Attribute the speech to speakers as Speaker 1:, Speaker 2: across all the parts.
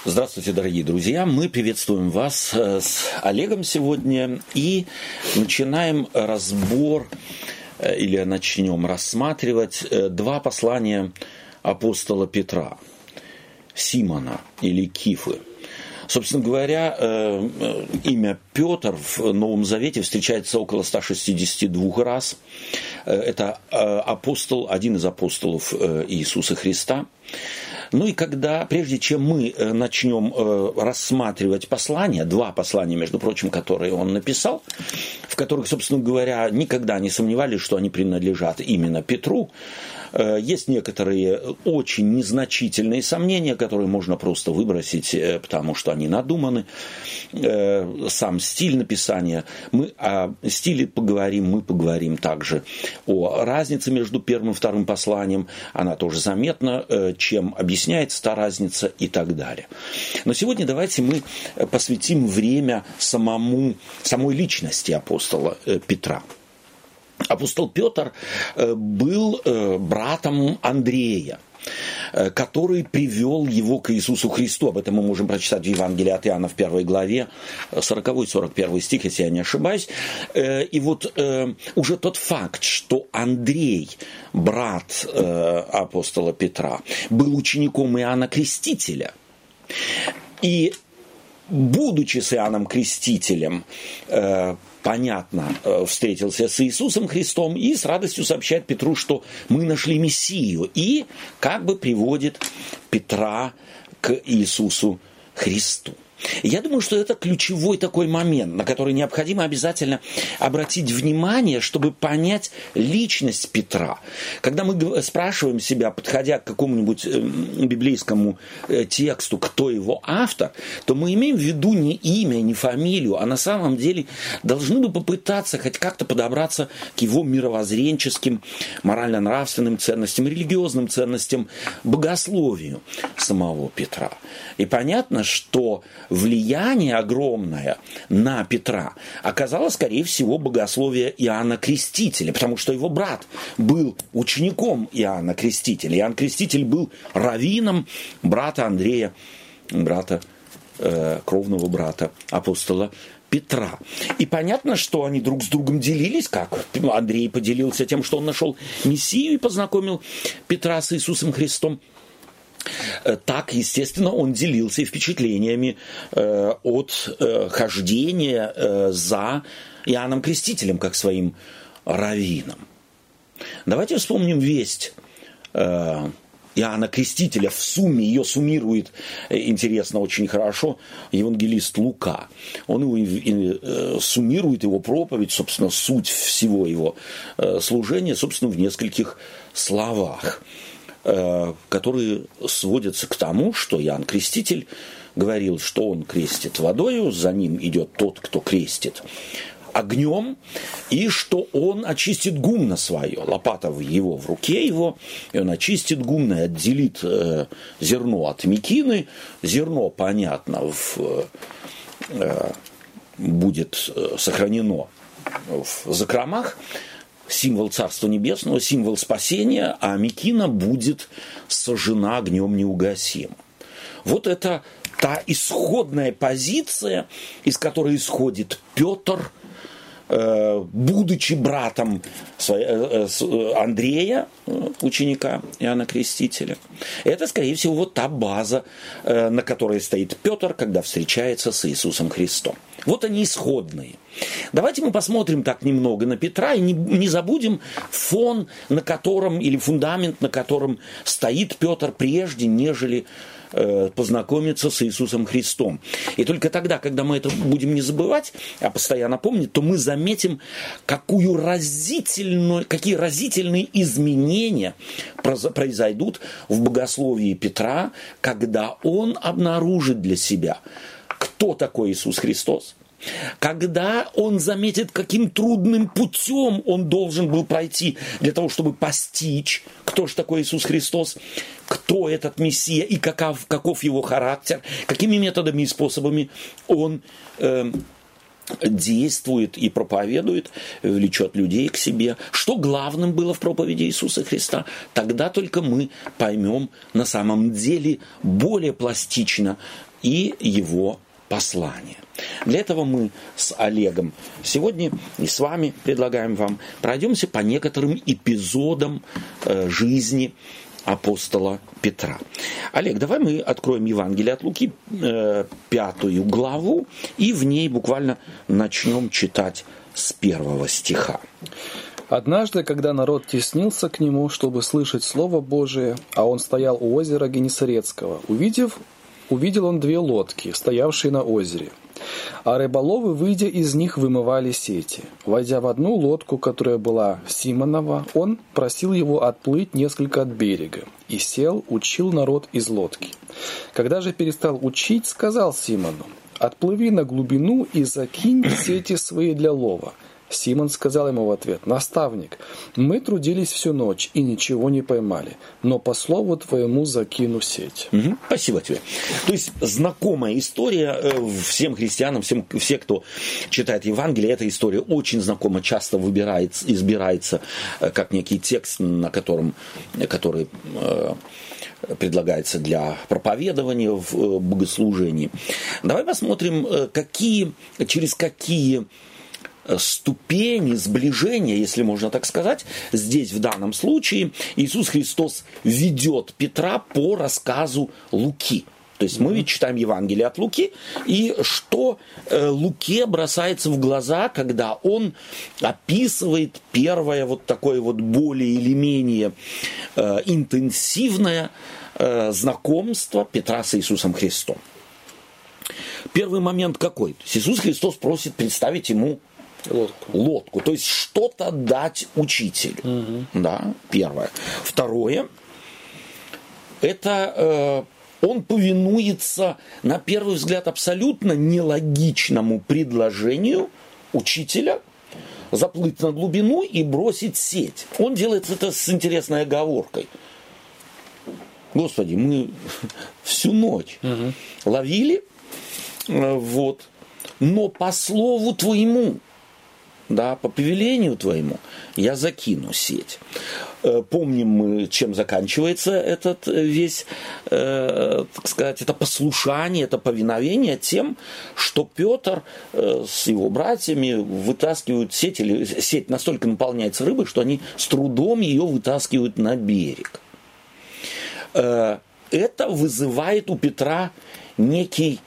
Speaker 1: Здравствуйте, дорогие друзья! Мы приветствуем вас с Олегом сегодня и начинаем разбор или начнем рассматривать два послания апостола Петра, Симона или Кифы. Собственно говоря, имя Петр в Новом Завете встречается около 162 раз. Это апостол, один из апостолов Иисуса Христа. Ну и прежде чем мы начнем рассматривать послания, два послания, между прочим, которые он написал, в которых, собственно говоря, никогда не сомневались, что они принадлежат именно Петру, есть некоторые очень незначительные сомнения, которые можно просто выбросить, потому что они надуманы. Сам стиль написания. Мы о стиле поговорим, мы поговорим также о разнице между первым и вторым посланием. Она тоже заметна, чем объясняется та разница и так далее. Но сегодня давайте мы посвятим время самой личности апостола Петра. Апостол Петр был братом Андрея, который привел его к Иисусу Христу. Об этом мы можем прочитать в Евангелии от Иоанна в 1 главе, 40-41 стих, если я не ошибаюсь. И вот уже тот факт, что Андрей, брат апостола Петра, был учеником Иоанна Крестителя, и будучи с Иоанном Крестителем, понятно, встретился с Иисусом Христом и с радостью сообщает Петру, что мы нашли Мессию, и приводит Петра к Иисусу Христу. Я думаю, что это ключевой такой момент, на который необходимо обязательно обратить внимание, чтобы понять личность Петра. Когда мы спрашиваем себя, подходя к какому-нибудь библейскому тексту, кто его автор, то мы имеем в виду не имя, не фамилию, а на самом деле должны бы попытаться хоть как-то подобраться к его мировоззренческим, морально-нравственным ценностям, религиозным ценностям, богословию самого Петра. И понятно, что влияние огромное на Петра оказало, скорее всего, богословие Иоанна Крестителя, потому что его брат был учеником Иоанна Крестителя. Иоанн Креститель был раввином брата Андрея, кровного брата апостола Петра. И понятно, что они друг с другом делились, как Андрей поделился тем, что он нашел Мессию и познакомил Петра с Иисусом Христом. Так, естественно, он делился и впечатлениями от хождения за Иоанном Крестителем, как своим раввином. Давайте вспомним весть Иоанна Крестителя. В сумме ее суммирует, интересно, очень хорошо, евангелист Лука. Он его суммирует, его проповедь, собственно, суть всего его служения, собственно, в нескольких словах, которые сводятся к тому, что Иоанн Креститель говорил, что он крестит водою, за ним идет тот, кто крестит огнем, и что он очистит гумно свое, лопата его в руке его, и он очистит гумно и отделит зерно от мекины. Зерно, понятно, будет сохранено в закромах, символ Царства Небесного, символ спасения, а мекина будет сожжена огнем неугасимым. Вот это та исходная позиция, из которой исходит Петр, будучи братом Андрея, ученика Иоанна Крестителя. Это, скорее всего, вот та база, на которой стоит Петр, когда встречается с Иисусом Христом. Вот они исходные. Давайте мы посмотрим так немного на Петра и не забудем фон, на котором, или фундамент, на котором стоит Петр прежде, нежели познакомиться с Иисусом Христом. И только тогда, когда мы это будем не забывать, а постоянно помнить, то мы заметим, какие разительные изменения произойдут в богословии Петра, когда он обнаружит для себя, кто такой Иисус Христос, когда он заметит, каким трудным путем он должен был пройти для того, чтобы постичь, кто же такой Иисус Христос, кто этот Мессия и каков его характер, какими методами и способами он действует и проповедует, влечет людей к себе. Что главным было в проповеди Иисуса Христа? Тогда только мы поймем на самом деле более пластично и его послание. Для этого мы с Олегом сегодня и с вами предлагаем вам пройдемся по некоторым эпизодам жизни апостола Петра. Олег, давай мы откроем Евангелие от Луки, 5 главу, и в ней буквально начнем читать с 1 стиха.
Speaker 2: Однажды, когда народ теснился к нему, чтобы слышать Слово Божие, а он стоял у озера Генесарецкого, увидел он 2 лодки, стоявшие на озере. А рыболовы, выйдя из них, вымывали сети. Войдя в одну лодку, которая была Симонова, он просил его отплыть несколько от берега, и сел, учил народ из лодки. Когда же перестал учить, сказал Симону: «Отплыви на глубину и закинь сети свои для лова». Симон сказал ему в ответ: «Наставник, мы трудились всю ночь и ничего не поймали, но по слову твоему закину сеть».
Speaker 1: Спасибо тебе. То есть знакомая история всем христианам, все, кто читает Евангелие, эта история очень знакома, часто избирается как некий текст, который предлагается для проповедования в богослужении. Давай посмотрим, через какие ступени сближения, если можно так сказать, здесь в данном случае Иисус Христос ведет Петра по рассказу Луки. То есть мы ведь читаем Евангелие от Луки, и что Луке бросается в глаза, когда он описывает первое вот такое вот более или менее интенсивное знакомство Петра с Иисусом Христом. Первый момент какой? То есть Иисус Христос просит представить ему лодку, то есть что-то дать учителю. Да, первое. Второе, это он повинуется, на первый взгляд, абсолютно нелогичному предложению учителя заплыть на глубину и бросить сеть. Он делает это с интересной оговоркой. Господи, мы всю ночь ловили, но по слову твоему, да, по повелению твоему я закину сеть. Помним мы, чем заканчивается этот весь, так сказать, это послушание, это повиновение тем, что Петр с его братьями вытаскивают сеть, или сеть настолько наполняется рыбой, что они с трудом ее вытаскивают на берег. Это вызывает у Петра некий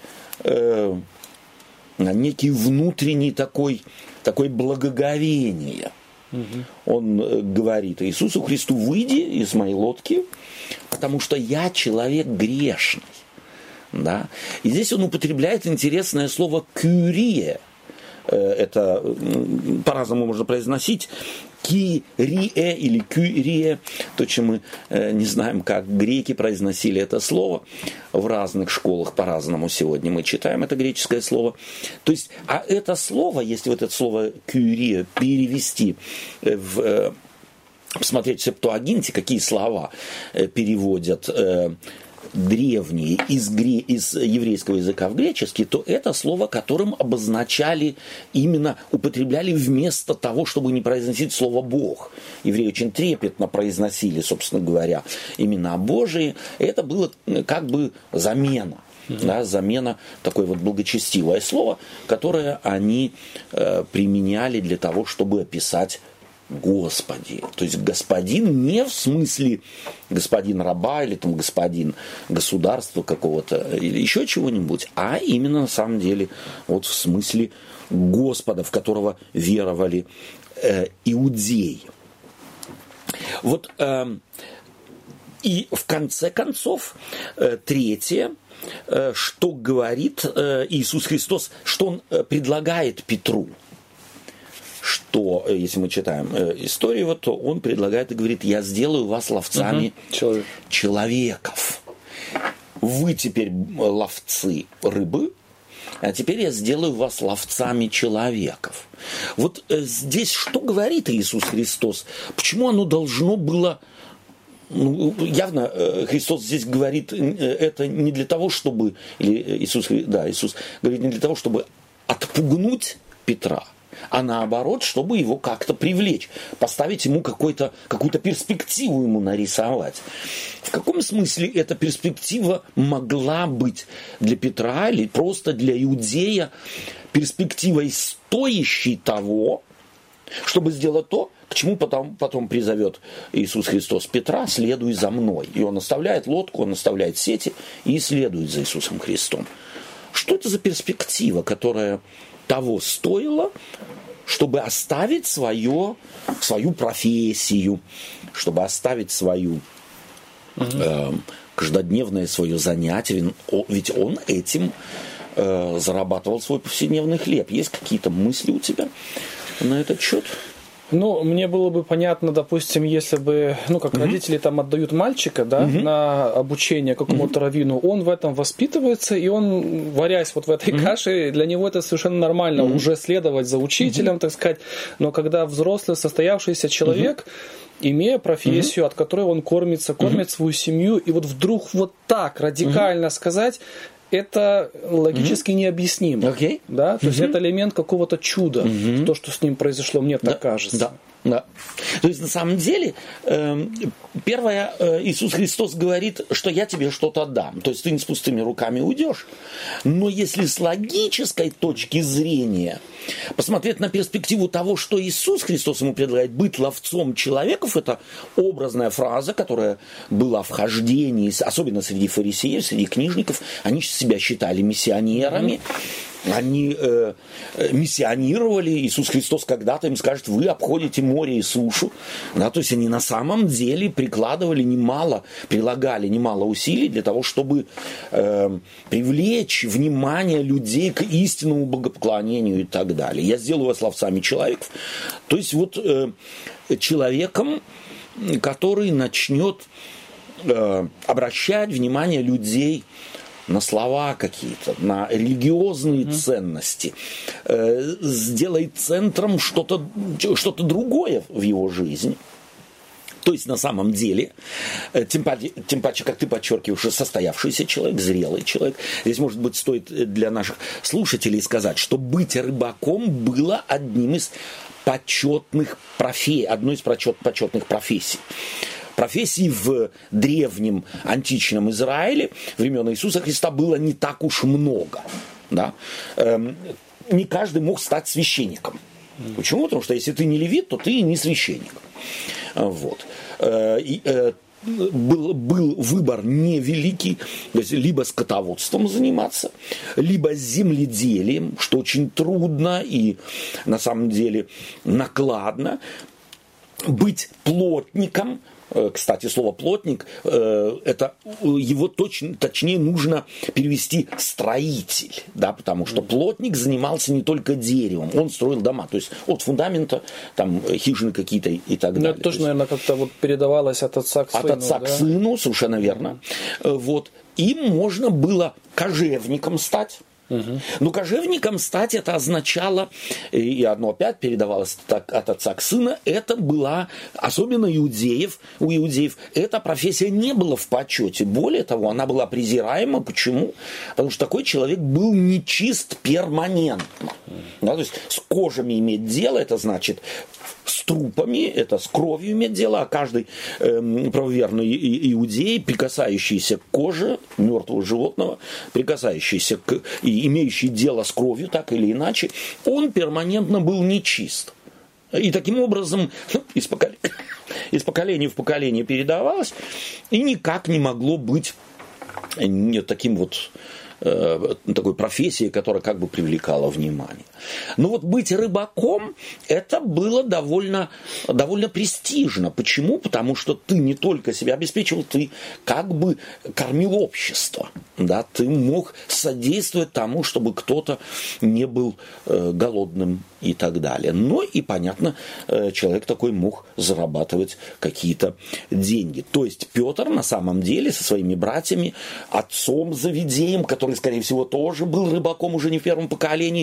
Speaker 1: внутренний такое благоговение. Он говорит Иисусу Христу: «Выйди из моей лодки, потому что я человек грешный». Да? И здесь он употребляет интересное слово «кюрие». Это по-разному можно произносить. Кирие или кюрие. Точно мы не знаем, как греки произносили это слово. В разных школах по-разному сегодня мы читаем это греческое слово. То есть, а это слово, если вот это слово кюрие перевести посмотреть в Септуагинте, какие слова переводят древние из еврейского языка в греческий, то это слово, которым обозначали, именно употребляли вместо того, чтобы не произносить слово «Бог». Евреи очень трепетно произносили, собственно говоря, имена Божии. Это было как бы замена. Да, замена, такое вот благочестивое слово, которое они применяли для того, чтобы описать Господи. То есть господин не в смысле господин раба или там господин государства какого-то или еще чего-нибудь, а именно на самом деле вот в смысле Господа, в которого веровали иудеи. Вот и в конце концов третье, что говорит Иисус Христос, что Он предлагает Петру. Что, если мы читаем историю, то он предлагает и говорит: я сделаю вас ловцами человеков. Вы теперь ловцы рыбы, а теперь я сделаю вас ловцами человеков. Вот здесь что говорит Иисус Христос? Почему оно должно было... явно Христос здесь говорит это не для того, чтобы... Иисус говорит не для того, чтобы отпугнуть Петра. а наоборот, чтобы его как-то привлечь, поставить ему какую-то перспективу ему нарисовать. В каком смысле эта перспектива могла быть для Петра или просто для иудея перспективой, стоящей того, чтобы сделать то, к чему потом призовет Иисус Христос Петра: «Следуй за мной». И он оставляет лодку, он оставляет сети и следует за Иисусом Христом. Что это за перспектива, которая того стоила, чтобы оставить свою профессию, чтобы оставить каждодневное свое занятие, ведь он этим зарабатывал свой повседневный хлеб. Есть какие-то мысли у тебя на этот счет?
Speaker 2: Ну, мне было бы понятно, допустим, если бы, как родители там отдают мальчика, да, на обучение какому-то раввину, он в этом воспитывается, и он, варясь вот в этой каше, для него это совершенно нормально, уже следовать за учителем, так сказать. Но когда взрослый, состоявшийся человек, имея профессию, от которой он кормит свою семью, и вот вдруг вот так радикально сказать, это логически необъяснимо.
Speaker 1: Okay.
Speaker 2: Да? То есть это элемент какого-то чуда, то, что с ним произошло, мне так кажется.
Speaker 1: Да. То есть на самом деле, первое, Иисус Христос говорит, что я тебе что-то дам. То есть ты не с пустыми руками уйдешь. Но если с логической точки зрения посмотреть на перспективу того, что Иисус Христос ему предлагает, быть ловцом человеков, это образная фраза, которая была в хождении, особенно среди фарисеев, среди книжников. Они себя считали миссионерами. Они миссионировали. Иисус Христос когда-то им скажет: вы обходите море и сушу. Да, то есть они на самом деле прилагали немало усилий для того, чтобы привлечь внимание людей к истинному богопоклонению и так далее. Я сделаю вас ловцами человеков. То есть вот человеком, который начнет обращать внимание людей на слова какие-то, на религиозные ценности, сделает центром что-то другое в его жизни. То есть на самом деле, тем паче, как ты подчеркиваешь, состоявшийся человек, зрелый человек. Здесь, может быть, стоит для наших слушателей сказать, что быть рыбаком было одной из почетных профессий. Профессий в древнем античном Израиле времен Иисуса Христа было не так уж много. Да? Не каждый мог стать священником. Почему? Потому что если ты не левит, то ты не священник. Вот. Был выбор невеликий, то есть либо скотоводством заниматься, либо земледелием, что очень трудно и на самом деле накладно, быть плотником. Кстати, слово «плотник», это его точнее нужно перевести «строитель», да, потому что плотник занимался не только деревом, он строил дома, то есть от фундамента, там, хижины какие-то и так далее.
Speaker 2: Это тоже, наверное, как-то вот передавалось от отца к сыну.
Speaker 1: От отца к сыну, совершенно верно. Вот. Им можно было кожевником стать. Но кожевником стать это означало, и одно опять передавалось так от отца к сыну, это была, особенно у иудеев, эта профессия не была в почете. Более того, она была презираема. Почему? Потому что такой человек был нечист перманентно. Да, то есть с кожами иметь дело, это значит с трупами, это с кровью иметь дело, а каждый правоверный иудей, прикасающийся к коже мертвого животного, прикасающийся и имеющий дело с кровью, так или иначе, он перманентно был нечист. И таким образом из поколения в поколение передавалось, и никак не могло быть таким вот такой профессии, которая как бы привлекала внимание. Но вот быть рыбаком, это было довольно престижно. Почему? Потому что ты не только себя обеспечивал, ты как бы кормил общество. Да? Ты мог содействовать тому, чтобы кто-то не был голодным и так далее. Но и, понятно, человек такой мог зарабатывать какие-то деньги. То есть Петр на самом деле со своими братьями, отцом Завидеем, который, скорее всего, тоже был рыбаком уже не в первом поколении,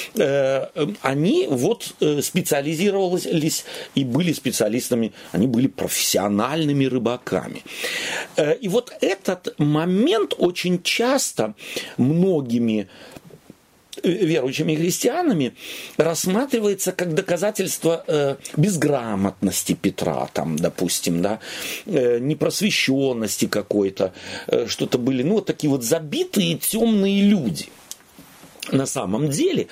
Speaker 1: они вот специализировались и были специалистами, они были профессиональными рыбаками. И вот этот момент очень часто многими верующими христианами рассматривается как доказательство безграмотности Петра, там, допустим, да, непросвещенности какой-то, что-то были, ну, вот такие вот забитые темные люди. На самом деле,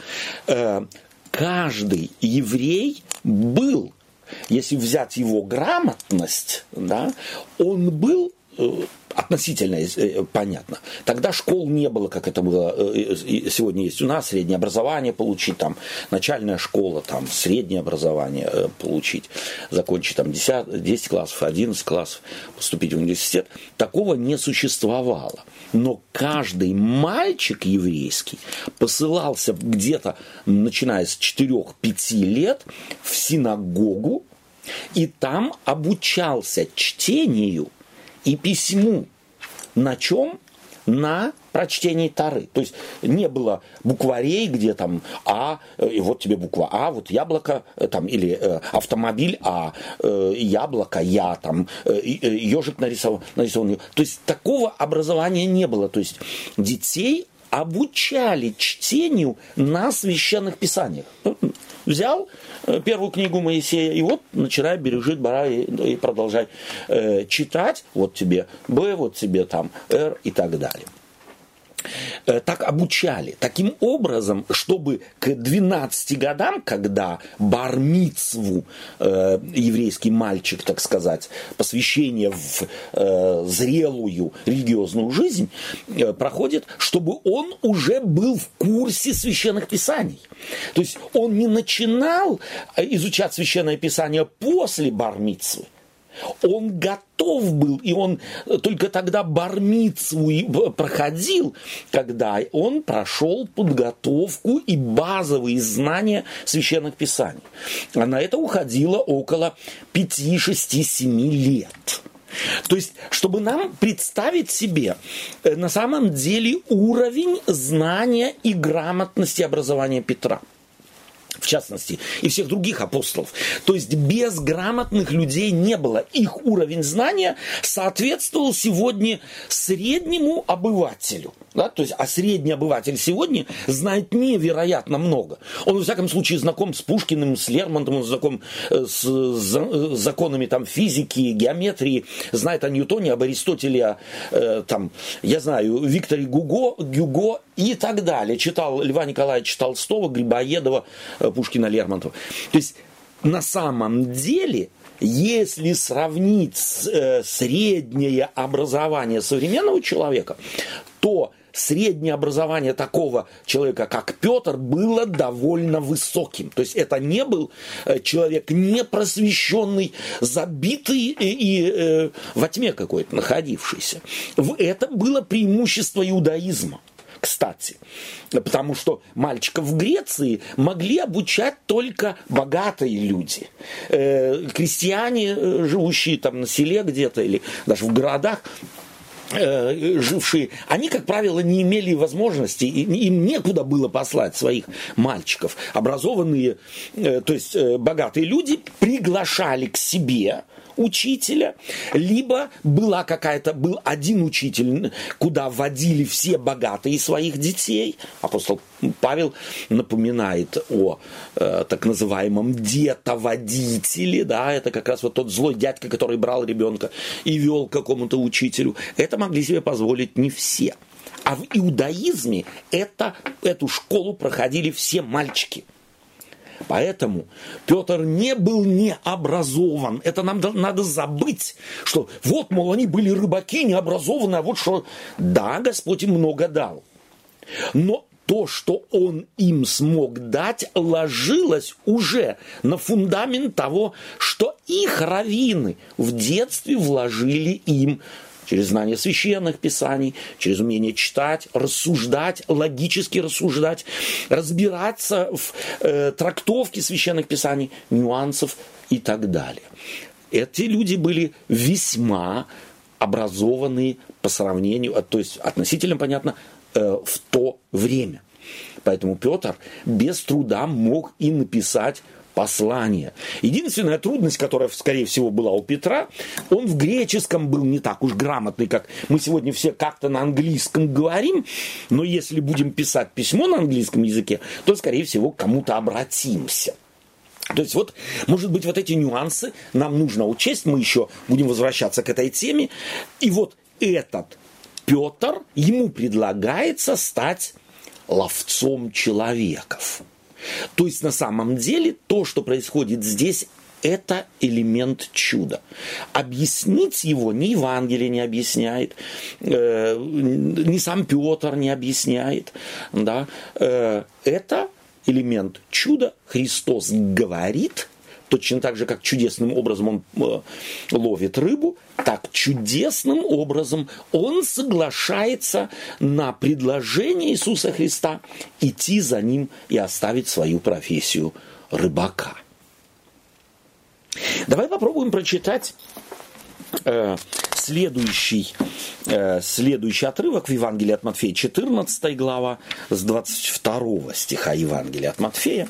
Speaker 1: каждый еврей был, если взять его грамотность, да, он был относительно понятно. Тогда школ не было, как это было сегодня есть у нас, среднее образование получить, там, начальная школа, там, среднее образование получить, закончить там 10 классов, 11 классов, поступить в университет. Такого не существовало. Но каждый мальчик еврейский посылался где-то, начиная с 4-5 лет, в синагогу, и там обучался чтению и письму. На чем? На прочтении Торы. То есть не было букварей, где там А, и вот тебе буква А, вот яблоко, там, или автомобиль А, яблоко Я, там, ежик нарисован. То есть такого образования не было. То есть детей обучали чтению на священных писаниях. Взял первую книгу Моисея, и вот начинай бережить бара и продолжай читать. Вот тебе Б, вот тебе там Р и так далее. Так обучали. Таким образом, чтобы к 12 годам, когда бар-мицву еврейский мальчик, так сказать, посвящение в зрелую религиозную жизнь проходит, чтобы он уже был в курсе священных писаний. То есть он не начинал изучать священное писание после бар-мицвы. Он готов был, и он только тогда бар-мицву проходил, когда он прошел подготовку и базовые знания священных писаний. А на это уходило около 5, 6, 7 лет. То есть, чтобы нам представить себе на самом деле уровень знания и грамотности образования Петра, в частности, и всех других апостолов. То есть без грамотных людей не было. Их уровень знания соответствовал сегодня среднему обывателю. Да? То есть, а средний обыватель сегодня знает невероятно много. Он, во всяком случае, знаком с Пушкиным, с Лермонтовым, он знаком с законами там, физики, геометрии, знает о Ньютоне, об Аристотеле, там, я знаю, Викторе Гюго и так далее. Читал Льва Николаевича Толстого, Грибоедова, Пушкина, Лермонтова. То есть, на самом деле, если сравнить среднее образование современного человека, то среднее образование такого человека, как Петр, было довольно высоким. То есть это не был человек непросвещенный, забитый и во тьме какой-то находившийся. Это было преимущество иудаизма. Кстати, потому что мальчиков в Греции могли обучать только богатые люди. Крестьяне, живущие там на селе где-то или даже в городах, жившие, они, как правило, не имели возможности, им некуда было послать своих мальчиков. Образованные, то есть богатые люди приглашали к себе учителя, либо был один учитель, куда водили все богатые своих детей. Апостол Павел напоминает о так называемом детоводителе, да, это как раз вот тот злой дядька, который брал ребенка и вел к какому-то учителю. Это могли себе позволить не все. А в иудаизме эту школу проходили все мальчики. Поэтому Петр не был необразован. Это нам надо забыть, что вот, мол, они были рыбаки, необразованные, а вот что... Да, Господь им много дал. Но то, что Он им смог дать, ложилось уже на фундамент того, что их раввины в детстве вложили им через знание священных писаний, через умение читать, рассуждать, логически рассуждать, разбираться в трактовке священных писаний, нюансов и так далее. Эти люди были весьма образованные по сравнению, то есть относительно, понятно, в то время. Поэтому Петр без труда мог и написать послание. Единственная трудность, которая, скорее всего, была у Петра, он в греческом был не так уж грамотный, как мы сегодня все как-то на английском говорим, но если будем писать письмо на английском языке, то, скорее всего, к кому-то обратимся. То есть вот, может быть, вот эти нюансы нам нужно учесть, мы еще будем возвращаться к этой теме. И вот этот Петр, ему предлагается стать ловцом человеков. То есть на самом деле то, что происходит здесь, это элемент чуда. Объяснить его ни Евангелие не объясняет, ни сам Петр не объясняет. Да? Это элемент чуда. Христос говорит, точно так же, как чудесным образом он ловит рыбу, так чудесным образом он соглашается на предложение Иисуса Христа идти за ним и оставить свою профессию рыбака. Давай попробуем прочитать следующий отрывок в Евангелии от Матфея, 14 глава, с 22 стиха Евангелия от Матфея,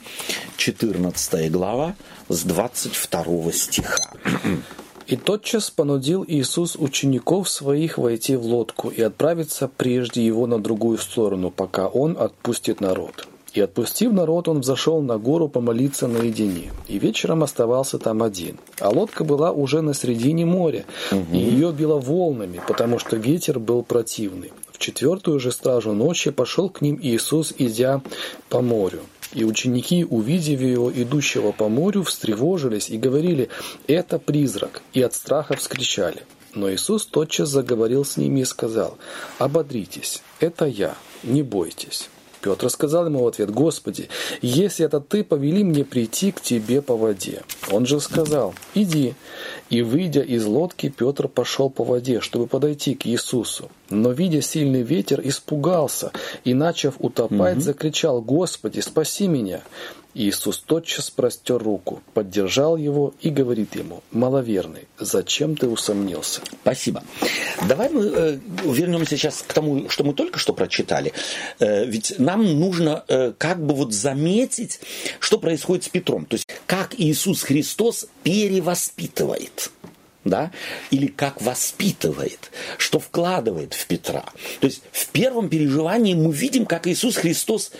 Speaker 1: 14 глава, с 22 стиха.
Speaker 2: «И тотчас понудил Иисус учеников своих войти в лодку и отправиться прежде его на другую сторону, пока он отпустит народ. И отпустив народ, он взошел на гору помолиться наедине, и вечером оставался там один. А лодка была уже на середине моря, и ее било волнами, потому что ветер был противный. В 4-ю же стражу ночи пошел к ним Иисус, идя по морю. И ученики, увидев его, идущего по морю, встревожились и говорили: «Это призрак!» и от страха вскричали. Но Иисус тотчас заговорил с ними и сказал: «Ободритесь, это я, не бойтесь». Петр сказал ему в ответ: «Господи, если это Ты, повели мне прийти к Тебе по воде». Он же сказал: «Иди». И, выйдя из лодки, Петр пошел по воде, чтобы подойти к Иисусу. Но, видя сильный ветер, испугался и, начав утопать, закричал: «Господи, спаси меня!» Иисус тотчас простер руку, поддержал его и говорит ему: «Маловерный, зачем ты усомнился?»
Speaker 1: Спасибо. Давай мы вернемся сейчас к тому, что мы только что прочитали. Ведь нам нужно как бы вот заметить, что происходит с Петром. То есть, как Иисус Христос перевоспитывает. Да? Или как воспитывает, что вкладывает в Петра. То есть в первом переживании мы видим, как Иисус Христос,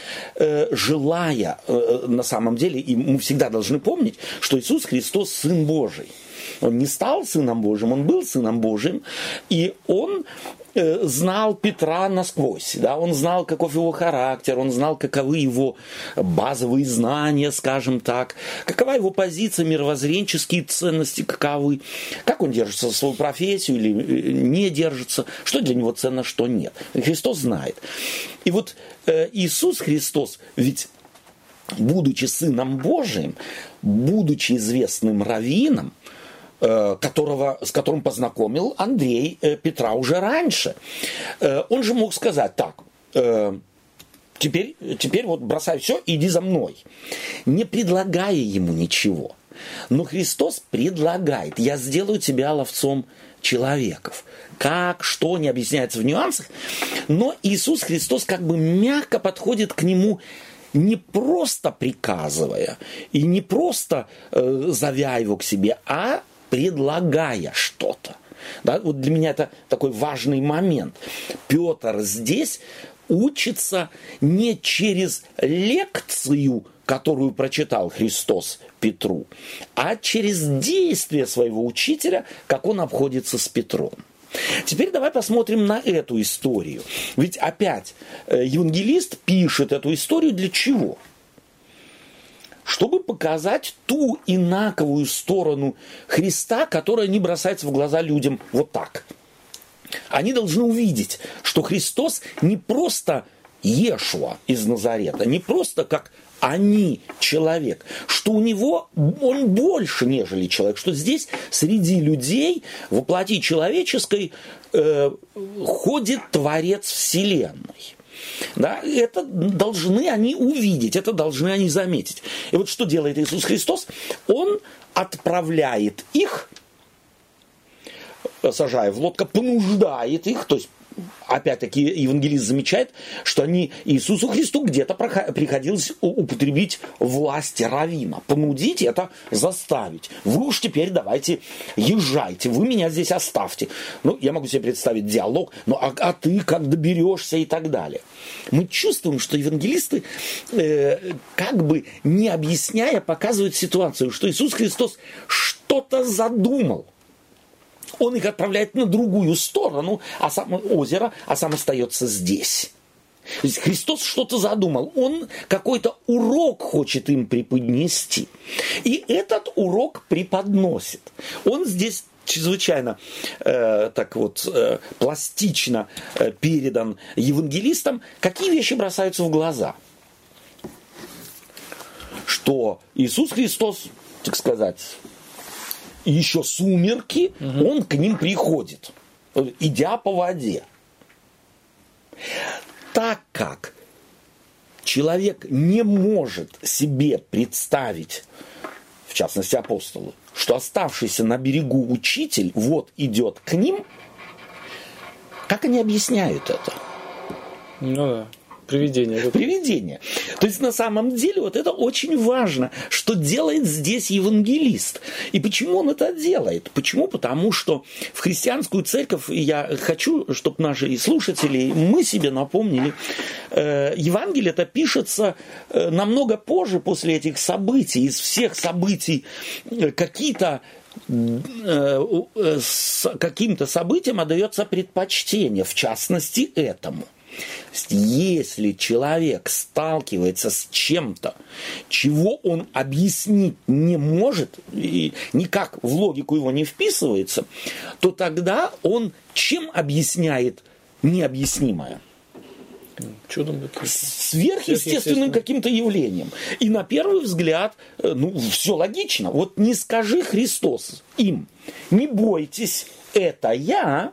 Speaker 1: желая на самом деле, и мы всегда должны помнить, что Иисус Христос Сын Божий. Он не стал Сыном Божьим, Он был Сыном Божьим, и Он знал Петра насквозь, да? Он знал, каков его характер, он знал, каковы его базовые знания, скажем так, какова его позиция, мировоззренческие ценности каковы, как он держится за свою профессию или не держится, что для него ценно, что нет. Христос знает. И вот Иисус Христос, ведь будучи Сыном Божиим, будучи известным раввином, с которым познакомил Андрей Петра уже раньше. Он же мог сказать: так, теперь вот бросай все, иди за мной, не предлагая ему ничего. Но Христос предлагает: я сделаю тебя ловцом человеков. Как, что, не объясняется в нюансах, но Иисус Христос как бы мягко подходит к нему, не просто приказывая и не просто зовя его к себе, а предлагая что-то. Да, вот для меня это такой важный момент. Петр здесь учится не через лекцию, которую прочитал Христос Петру, а через действие своего учителя, как он обходится с Петром. Теперь давай посмотрим на эту историю. Ведь опять евангелист пишет эту историю для чего? Чтобы показать ту инаковую сторону Христа, которая не бросается в глаза людям вот так. Они должны увидеть, что Христос не просто Иешуа из Назарета, не просто как они человек, что у него он больше, нежели человек, что здесь среди людей во плоти человеческой ходит Творец Вселенной. Да, это должны они увидеть, это должны они заметить. И вот что делает Иисус Христос? Он отправляет их, сажая в лодку, понуждает их, то есть опять-таки, евангелист замечает, что Иисусу Христу где-то приходилось употребить власть раввина. Понудить это заставить. Вы уж теперь давайте езжайте, вы меня здесь оставьте. Я могу себе представить диалог, а ты как доберешься и так далее. Мы чувствуем, что евангелисты, как бы не объясняя, показывают ситуацию, что Иисус Христос что-то задумал. Он их отправляет на другую сторону озера, а сам остается здесь. То есть Христос что-то задумал. Он какой-то урок хочет им преподнести. И этот урок преподносит. Он здесь чрезвычайно пластично передан евангелистам. Какие вещи бросаются в глаза? Что Иисус Христос, так сказать, еще сумерки, он к ним приходит, идя по воде. Так как человек не может себе представить, в частности апостолы, что оставшийся на берегу учитель вот идет к ним, как они объясняют это?
Speaker 2: Привидение.
Speaker 1: Привидение. То есть на самом деле вот это очень важно, что делает здесь евангелист. И почему он это делает? Почему? Потому что в христианскую церковь, я хочу, чтобы наши слушатели, мы себе напомнили, Евангелие это пишется намного позже после этих событий. Из всех событий каким-то событиям отдается предпочтение, в частности этому. Если человек сталкивается с чем-то, чего он объяснить не может, и никак в логику его не вписывается, то тогда он чем объясняет необъяснимое?
Speaker 2: Чудом,
Speaker 1: сверхъестественным каким-то явлением. И на первый взгляд, все логично. Вот не скажи Христос им: не бойтесь, это я.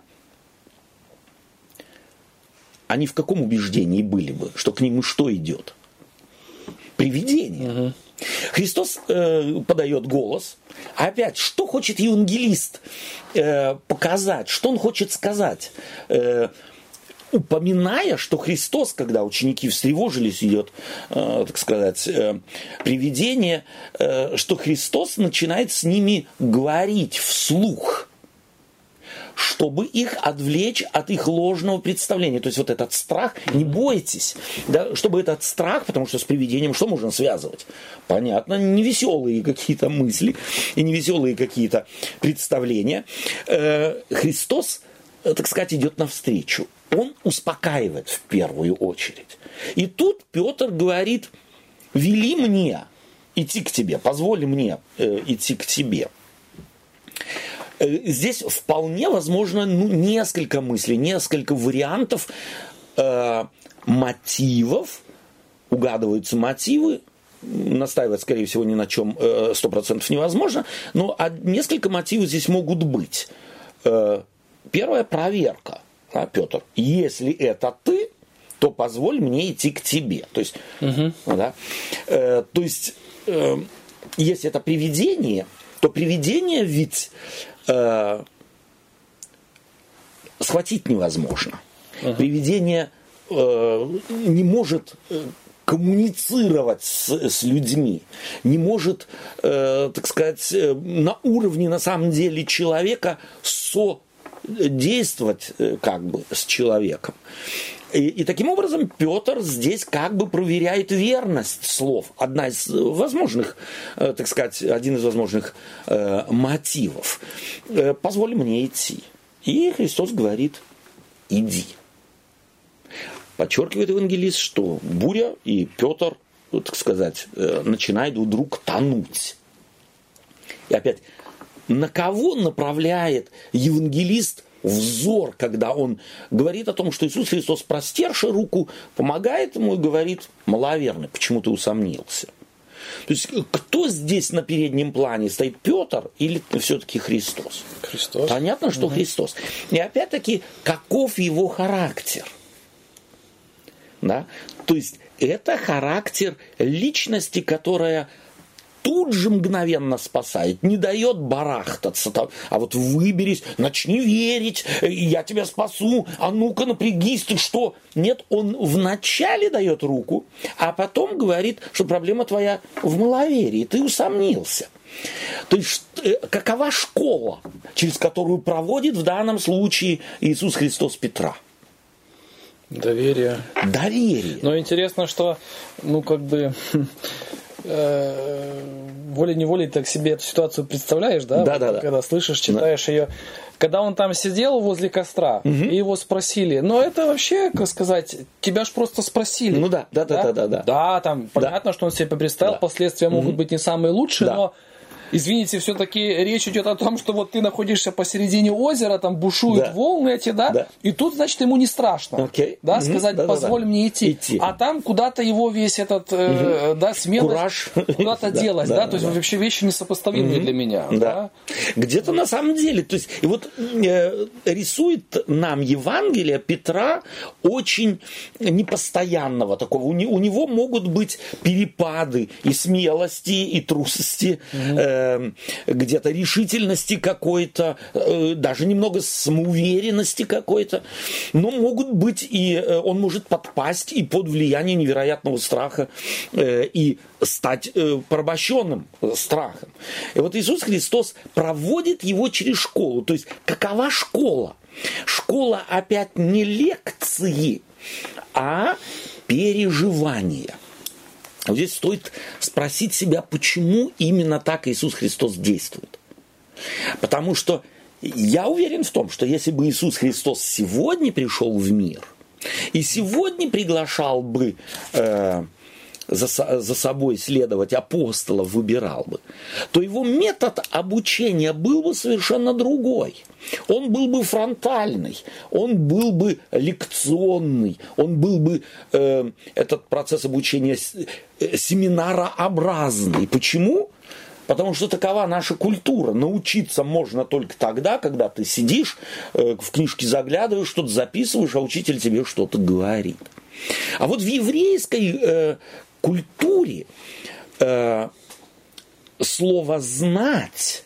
Speaker 1: Они в каком убеждении были бы, что к ним что идет? Привидение. Христос подает голос. А опять, что хочет евангелист показать? Что он хочет сказать? Упоминая, что Христос, когда ученики встревожились, идет, так сказать, привидение, что Христос начинает с ними говорить вслух, чтобы их отвлечь от их ложного представления. То есть вот этот страх, не бойтесь, да, чтобы этот страх, потому что с привидением что можно связывать? Понятно, невеселые какие-то мысли и невеселые какие-то представления. Христос, так сказать, идет навстречу. Он успокаивает в первую очередь. И тут Петр говорит: вели мне идти к тебе, позволь мне идти к тебе. Здесь вполне возможно несколько мыслей, несколько вариантов мотивов, угадываются мотивы, настаивать, скорее всего, ни на чем 100% невозможно, но несколько мотивов здесь могут быть. Первая проверка, Петр, если это ты, то позволь мне идти к тебе. То есть, если это привидение, то привидение ведь схватить невозможно. Привидение не может коммуницировать с людьми, не может, так сказать, на уровне, на самом деле, человека содействовать как бы с человеком. И таким образом Петр здесь как бы проверяет верность слов. Одна из возможных, так сказать, один из возможных мотивов. Позволь мне идти. И Христос говорит: иди. Подчеркивает евангелист, что буря и Петр, так сказать, начинают вдруг тонуть. И опять, на кого направляет евангелист взор, когда он говорит о том, что Иисус Христос, простерши руку, помогает ему и говорит: маловерный, почему ты усомнился? То есть, кто здесь на переднем плане стоит, Петр или все-таки Христос?
Speaker 2: Христос.
Speaker 1: Понятно, что Христос. И опять-таки, каков его характер? Да? То есть, это характер личности, которая тут же мгновенно спасает, не дает барахтаться, там, а вот выберись, начни верить, я тебя спасу, а ну-ка напрягись, ты что? Нет, он вначале дает руку, а потом говорит, что проблема твоя в маловерии, ты усомнился. То есть, какова школа, через которую проводит в данном случае Иисус Христос Петра?
Speaker 2: Доверие.
Speaker 1: Доверие.
Speaker 2: Но интересно, что, волей-неволей так себе эту ситуацию представляешь, да?
Speaker 1: Да.
Speaker 2: Когда слышишь, читаешь ее. Когда он там сидел возле костра, и его спросили, это вообще, как сказать, тебя ж просто спросили.
Speaker 1: Да.
Speaker 2: Да, там понятно, что он себе представил, последствия могут быть не самые лучшие, но... Извините, все-таки речь идет о том, что вот ты находишься посередине озера, там бушуют волны эти, да? И тут, значит, ему не страшно, сказать, позволь мне идти. А там куда-то его весь этот, смелость
Speaker 1: кураж
Speaker 2: куда-то делась, то есть вообще вещи несопоставимые для меня. Да.
Speaker 1: Где-то на самом деле, то есть, и вот рисует нам Евангелие Петра очень непостоянного такого. У него могут быть перепады и смелости, и трусости, где-то решительности какой-то, даже немного самоуверенности какой-то, но могут быть и он может подпасть и под влияние невероятного страха и стать порабощенным страхом. И вот Иисус Христос проводит его через школу. То есть какова школа? Школа опять не лекции, а переживания. Вот здесь стоит спросить себя, почему именно так Иисус Христос действует. Потому что я уверен в том, что если бы Иисус Христос сегодня пришел в мир и сегодня приглашал бы за собой следовать апостолов, выбирал бы, то его метод обучения был бы совершенно другой. Он был бы фронтальный, он был бы лекционный, он был бы этот процесс обучения семинарообразный. Почему? Потому что такова наша культура. Научиться можно только тогда, когда ты сидишь, в книжки заглядываешь, что-то записываешь, а учитель тебе что-то говорит. А вот в еврейской культуре слово «знать»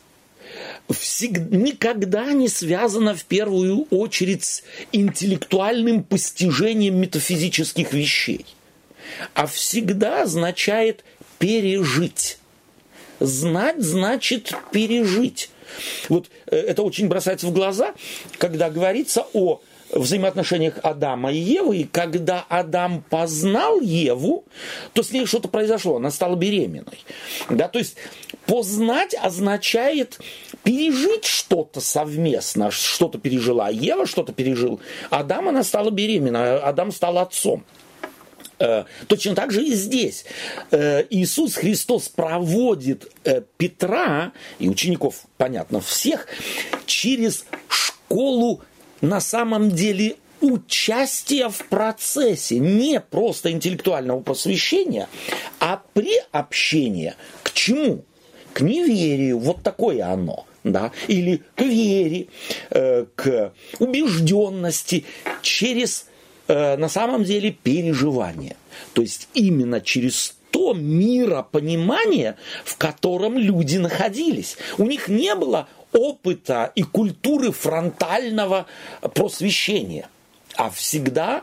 Speaker 1: никогда не связано в первую очередь с интеллектуальным постижением метафизических вещей, а всегда означает пережить. Знать значит пережить. Вот это очень бросается в глаза, когда говорится о взаимоотношениях Адама и Евы, и когда Адам познал Еву, то с ней что-то произошло, она стала беременной. Да, то есть познать означает пережить что-то совместно, что-то пережила Ева, что-то пережил Адам, она стала беременной, Адам стал отцом. Точно так же и здесь. Иисус Христос проводит Петра и учеников, понятно, всех, через школу на самом деле участия в процессе, не просто интеллектуального просвещения, а приобщения к чему? К неверию, вот такое оно. Да? Или к вере, к убежденности через, на самом деле, переживание. То есть именно через то миропонимание, в котором люди находились. У них не было опыта и культуры фронтального просвещения, а всегда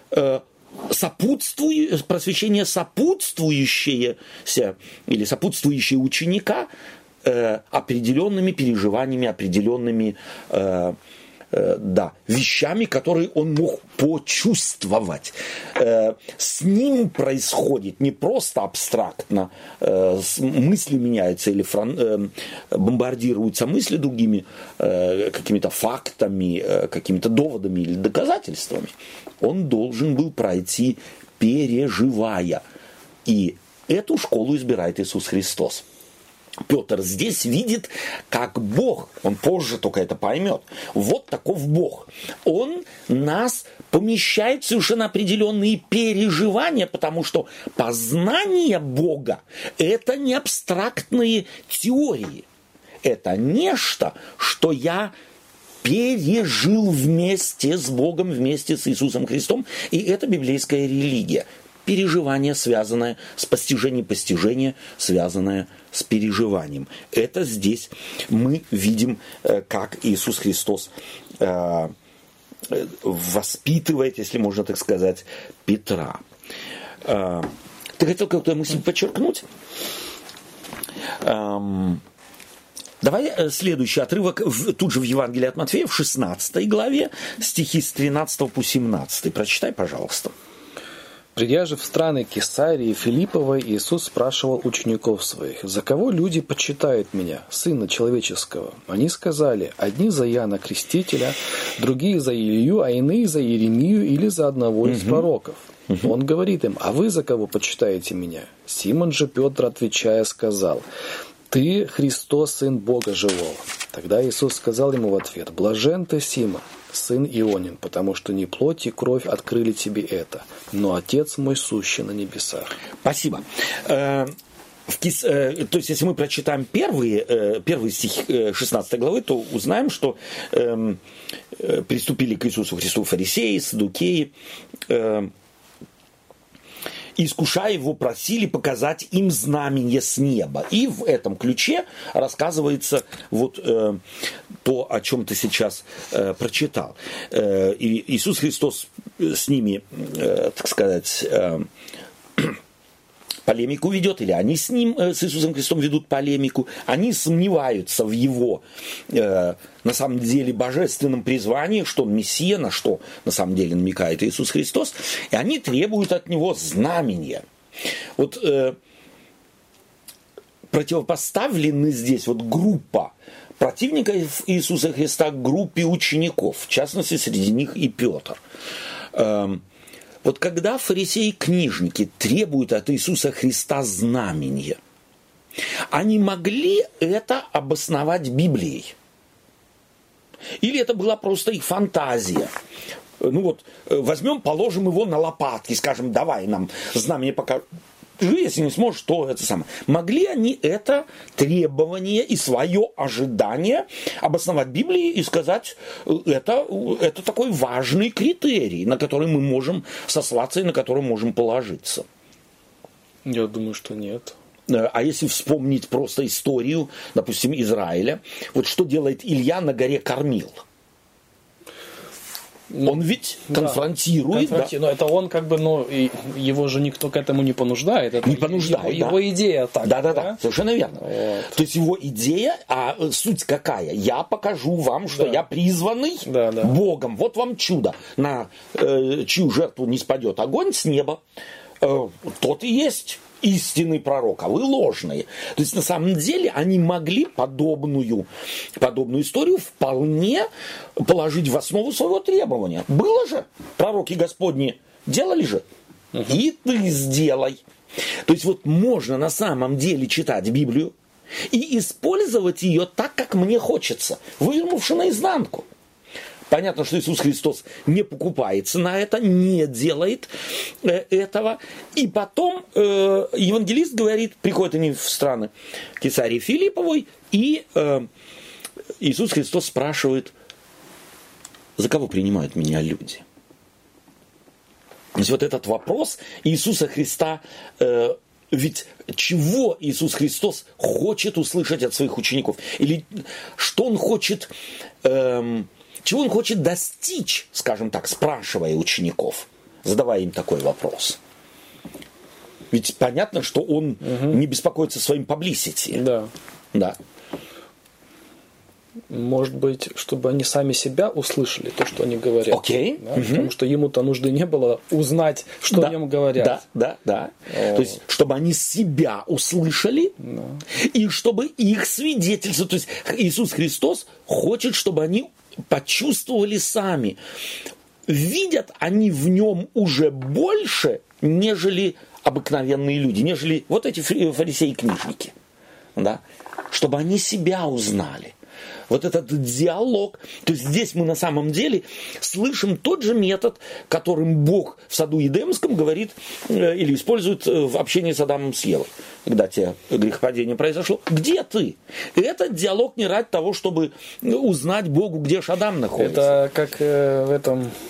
Speaker 1: просвещение сопутствующее или сопутствующее ученика определенными переживаниями, определенными вещами, которые он мог почувствовать. С ним происходит не просто абстрактно, мысли меняются или бомбардируются мысли другими какими-то фактами, какими-то доводами или доказательствами. Он должен был пройти, переживая. И эту школу избирает Иисус Христос. Петр здесь видит, как Бог, он позже только это поймет, вот таков Бог. Он нас помещает в совершенно определенные переживания, потому что познание Бога – это не абстрактные теории. Это нечто, что я пережил вместе с Богом, вместе с Иисусом Христом, и это библейская религия. переживание, связанное с постижение, связанное с переживанием. Это здесь мы видим, как Иисус Христос воспитывает, если можно так сказать, Петра. Ты хотел какую-то мысль подчеркнуть? Давай следующий отрывок тут же в Евангелии от Матфея, в 16 главе, стихи с 13 по 17. Прочитай, пожалуйста.
Speaker 2: «Придя же в страны Кесарии Филипповой, Иисус спрашивал учеников своих: «За кого люди почитают меня, Сына Человеческого?» Они сказали: «Одни за Иоанна Крестителя, другие за Илью, а иные за Иеремию или за одного из пророков». Он говорит им: «А вы за кого почитаете меня?» Симон же Петр, отвечая, сказал: «Ты Христос, Сын Бога Живого». Тогда Иисус сказал ему в ответ: «Блажен ты, Симон, сын Ионин, потому что не плоть и кровь открыли тебе это, но Отец мой сущий на небесах».
Speaker 1: Спасибо. То есть, если мы прочитаем первый стих 16 главы, то узнаем, что приступили к Иисусу Христу фарисеи, саддукеи, искушая его, просили показать им знамение с неба. И в этом ключе рассказывается вот то, о чем ты сейчас прочитал. И Иисус Христос с ними, так сказать, полемику ведет, или они с ним, с Иисусом Христом ведут полемику, они сомневаются в его, на самом деле, божественном призвании, что он Мессия, на что на самом деле намекает Иисус Христос, и они требуют от него знамения. Вот противопоставлены здесь вот группа противников Иисуса Христа к группе учеников, в частности, среди них и Петр. Вот когда фарисеи-книжники требуют от Иисуса Христа знамения, они могли это обосновать Библией? Или это была просто их фантазия? Ну вот, возьмем, положим его на лопатки, скажем, давай нам знамение покажи. Если не сможешь, то это самое. Могли они это требование и свое ожидание обосновать Библией и сказать, это такой важный критерий, на который мы можем сослаться и на который можем положиться?
Speaker 2: Я думаю, что нет.
Speaker 1: А если вспомнить просто историю, допустим, Израиля, вот что делает Илья на горе Кармил? Он ведь конфронтирует. Да.
Speaker 2: Но это он как бы, его же никто к этому не понуждает. Это
Speaker 1: не понуждает,
Speaker 2: его идея так.
Speaker 1: Да, совершенно верно.
Speaker 2: Вот.
Speaker 1: То есть его идея, а суть какая? Я покажу вам, что я призванный Богом. Вот вам чудо. На чью жертву не спадет огонь с неба, тот и есть истинный пророк, а вы ложные. То есть, на самом деле, они могли подобную историю вполне положить в основу своего требования. Было же, пророки Господни делали же, и ты сделай. То есть, вот можно на самом деле читать Библию и использовать ее так, как мне хочется, вывернувши наизнанку. Понятно, что Иисус Христос не покупается на это, не делает этого. И потом евангелист говорит, приходят они в страны Кесарии Филипповой, и Иисус Христос спрашивает: за кого принимают меня люди? То есть вот этот вопрос Иисуса Христа, ведь чего Иисус Христос хочет услышать от своих учеников? Или что Он хочет... Чего он хочет достичь, скажем так, спрашивая учеников, задавая им такой вопрос? Ведь понятно, что он не беспокоится своим publicity. Да.
Speaker 2: Может быть, чтобы они сами себя услышали, то, что они говорят.
Speaker 1: Окей.
Speaker 2: Да? Потому что ему-то нужды не было узнать, что о нем говорят.
Speaker 1: Да. То есть, чтобы они себя услышали, и чтобы их свидетельство. То есть, Иисус Христос хочет, чтобы они почувствовали сами. Видят они в нем уже больше, нежели обыкновенные люди, нежели вот эти фарисеи-книжники. Да? Чтобы они себя узнали. Вот этот диалог. То есть здесь мы на самом деле слышим тот же метод, которым Бог в саду Едемском говорит или использует в общении с Адамом с Евой, когда те грехопадение произошло. Где ты? Этот диалог не ради того, чтобы узнать Богу, где же Адам находится.
Speaker 2: Это как в этом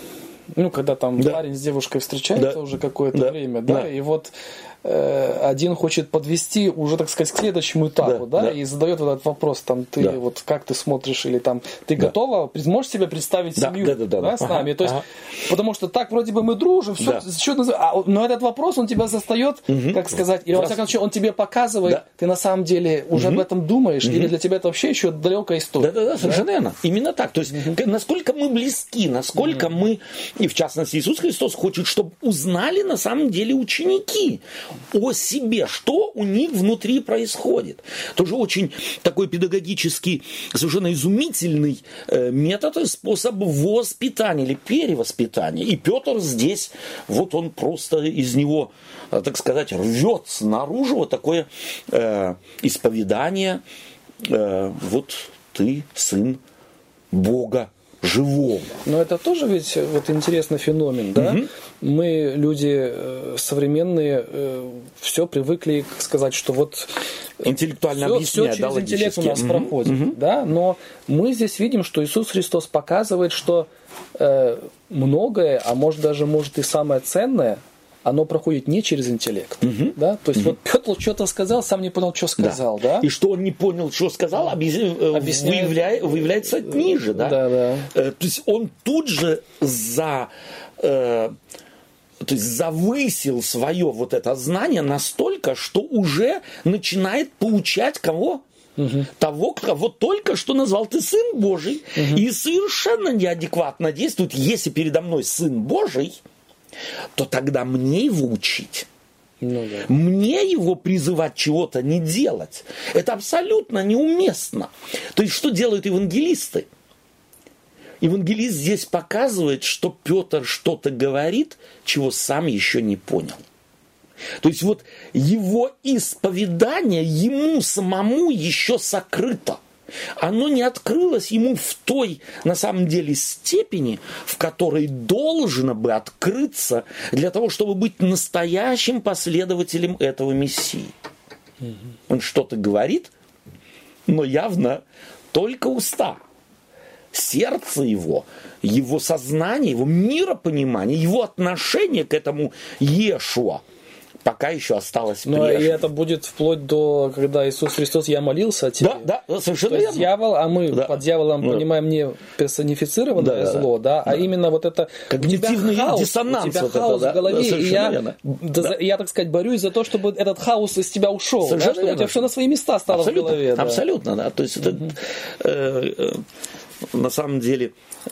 Speaker 2: когда там парень с девушкой встречается уже какое-то время, и вот один хочет подвести уже, так сказать, к следующему этапу, и задает вот этот вопрос, там, ты вот как ты смотришь, или там, ты готова, можешь себе представить семью с нами? То есть, потому что так вроде бы мы дружим, но этот вопрос, он тебя застает, как сказать, или во всяком случае, он тебе показывает, ты на самом деле уже об этом думаешь, или для тебя это вообще еще далекая история.
Speaker 1: Да, совершенно верно. Именно так. То есть, насколько мы близки, насколько мы, и в частности Иисус Христос хочет, чтобы узнали на самом деле ученики о себе, что у них внутри происходит. Тоже очень такой педагогический, совершенно изумительный метод и способ воспитания или перевоспитания. И Петр здесь, вот он просто из него, так сказать, рвется наружу вот такое исповедание. Вот ты сын Бога живого.
Speaker 2: Но это тоже ведь вот интересный феномен, да? Мы, люди современные, все привыкли сказать, что вот
Speaker 1: интеллектуально объяснять,
Speaker 2: все через интеллект у нас проходит, да? Но мы здесь видим, что Иисус Христос показывает, что многое, а может и самое ценное, оно проходит не через интеллект. Да? То есть вот Петр что-то сказал, сам не понял, что сказал. Да.
Speaker 1: И что он не понял, что сказал, выявляется ниже. Да? То есть он тут же завысил свое вот это знание настолько, что уже начинает поучать кого? Того, кого только что назвал ты Сын Божий. И совершенно неадекватно действует, если передо мной Сын Божий, то тогда мне его учить. Мне его призывать чего-то не делать. Это абсолютно неуместно. То есть, что делают евангелисты? Евангелист здесь показывает, что Петр что-то говорит, чего сам еще не понял. То есть, вот его исповедание ему самому еще сокрыто. Оно не открылось ему в той, на самом деле, степени, в которой должно бы открыться для того, чтобы быть настоящим последователем этого Мессии. Он что-то говорит, но явно только уста. Сердце его, его сознание, его миропонимание, его отношение к этому Иешуа пока еще осталось прежним.
Speaker 2: Но и это будет вплоть до, когда Иисус Христос, я молился о тебе.
Speaker 1: Да, совершенно верно.
Speaker 2: Дьявол, а мы под дьяволом понимаем не персонифицированное зло, а именно вот это
Speaker 1: когнитивный диссонанс.
Speaker 2: У тебя хаос в голове, и я, так сказать, борюсь за то, чтобы этот хаос из тебя ушел, чтобы у тебя все на свои места стало в голове.
Speaker 1: Абсолютно, да. То есть это на самом деле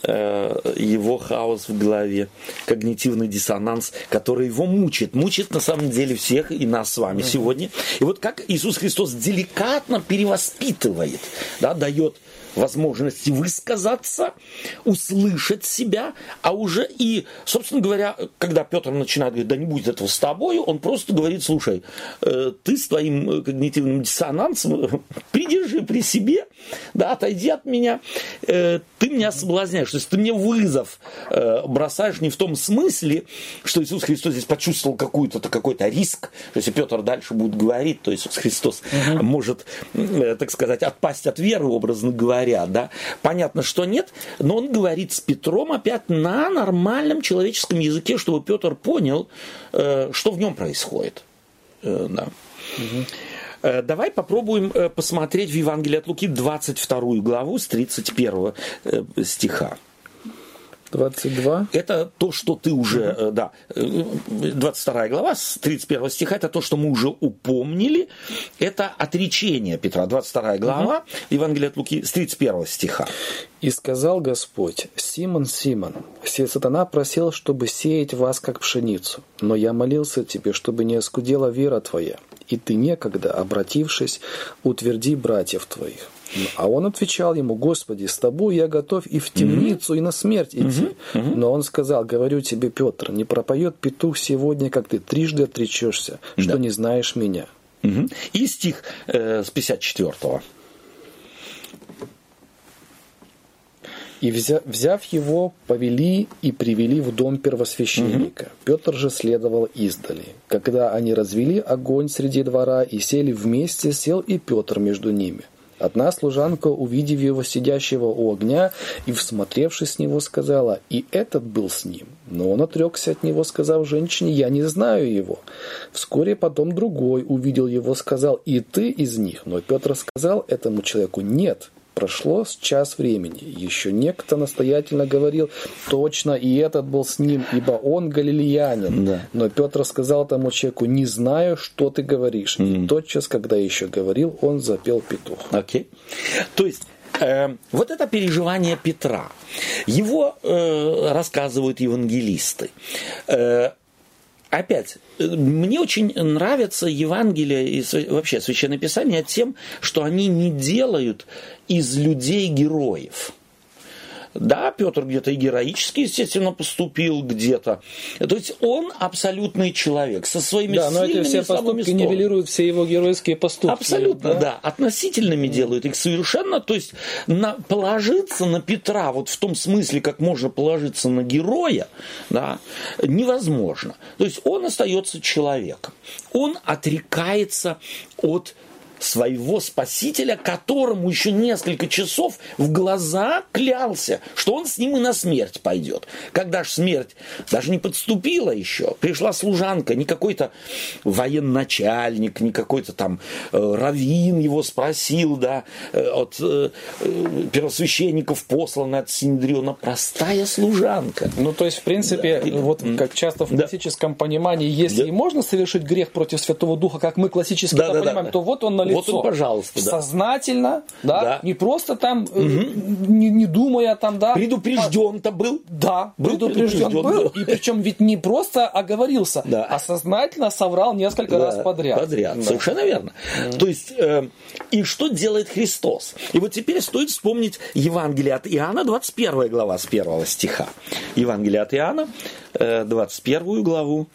Speaker 1: его хаос в голове, когнитивный диссонанс, который его мучает на самом деле всех и нас с вами сегодня. И вот как Иисус Христос деликатно перевоспитывает, дает возможности высказаться, услышать себя, а уже и, собственно говоря, когда Петр начинает говорить, да не будет этого с тобой, он просто говорит, слушай, ты с твоим когнитивным диссонансом придержи при себе, отойди от меня, ты меня соблазняешь, то есть ты мне вызов бросаешь не в том смысле, что Иисус Христос здесь почувствовал какой-то риск, что если Петр дальше будет говорить, то Иисус Христос может, так сказать, отпасть от веры, образно говоря, понятно, что нет, но он говорит с Петром опять на нормальном человеческом языке, чтобы Петр понял, что в нем происходит. Давай попробуем посмотреть в Евангелии от Луки 22 главу с 31 стиха.
Speaker 2: 22.
Speaker 1: Это то, что ты уже, 22 глава с 31 стиха, это то, что мы уже упомнили. Это отречение Петра, 22 глава, Евангелие от Луки с 31 стиха.
Speaker 2: «И сказал Господь: Симон, Симон, сатана просил, чтобы сеять вас, как пшеницу, но я молился тебе, чтобы не оскудела вера твоя, и ты некогда, обратившись, утверди братьев твоих. А он отвечал ему: Господи, с тобой я готов и в темницу, и на смерть идти. Но он сказал: говорю тебе, Петр, не пропоет петух сегодня, как ты трижды отречешься, что не знаешь меня».
Speaker 1: И стих с 54-го.
Speaker 2: «И, взяв его, повели и привели в дом первосвященника. Петр же следовал издали. Когда они развели огонь среди двора и сели вместе, сел и Петр между ними. Одна служанка, увидев его сидящего у огня и всмотревшись в него, сказала: и этот был с ним. Но он отрекся от него, сказав женщине: «Я не знаю его». Вскоре потом другой увидел его, сказал: «И ты из них?» Но Петр сказал этому человеку: «Нет». Прошло час времени. Еще некто настоятельно говорил: «Точно, и этот был с ним, ибо он галилеянин».
Speaker 1: Да.
Speaker 2: Но Петр сказал тому человеку: «Не знаю, что ты говоришь». И тотчас, когда еще говорил, он запел петух.
Speaker 1: Окей. То есть, вот это переживание Петра. Его рассказывают евангелисты. Опять, мне очень нравятся Евангелия и вообще Священное Писание тем, что они не делают из людей героев. Да, Петр где-то и героически, естественно, поступил где-то. То есть он абсолютный человек со своими сильными и слабыми сторонами. Да, но эти все поступки
Speaker 2: нивелируют все его геройские поступки.
Speaker 1: Абсолютно, да. Относительными делают их совершенно. То есть положиться на Петра вот в том смысле, как можно положиться на героя, да, невозможно. То есть он остается человеком. Он отрекается от своего Спасителя, которому еще несколько часов в глаза клялся, что он с ним и на смерть пойдет. Когда ж смерть даже не подступила еще, пришла служанка, не какой-то военачальник, не какой-то там раввин его спросил, да, от первосвященников посланный от Синедриона, простая служанка.
Speaker 2: Ну, то есть, в принципе, да. Вот как часто в классическом понимании, если и можно совершить грех против Святого Духа, как мы классически понимаем, то вот он на лицо.
Speaker 1: Вот он, пожалуйста.
Speaker 2: Сознательно, да, не просто там, не думая там, да.
Speaker 1: Предупрежден-то был.
Speaker 2: Да, предупрежден был. И причем ведь не просто оговорился, а сознательно соврал несколько раз подряд. Да.
Speaker 1: Совершенно верно. То есть, и что делает Христос? И вот теперь стоит вспомнить Евангелие от Иоанна, 21 глава, с 1 стиха. Евангелие от Иоанна, 21 главу.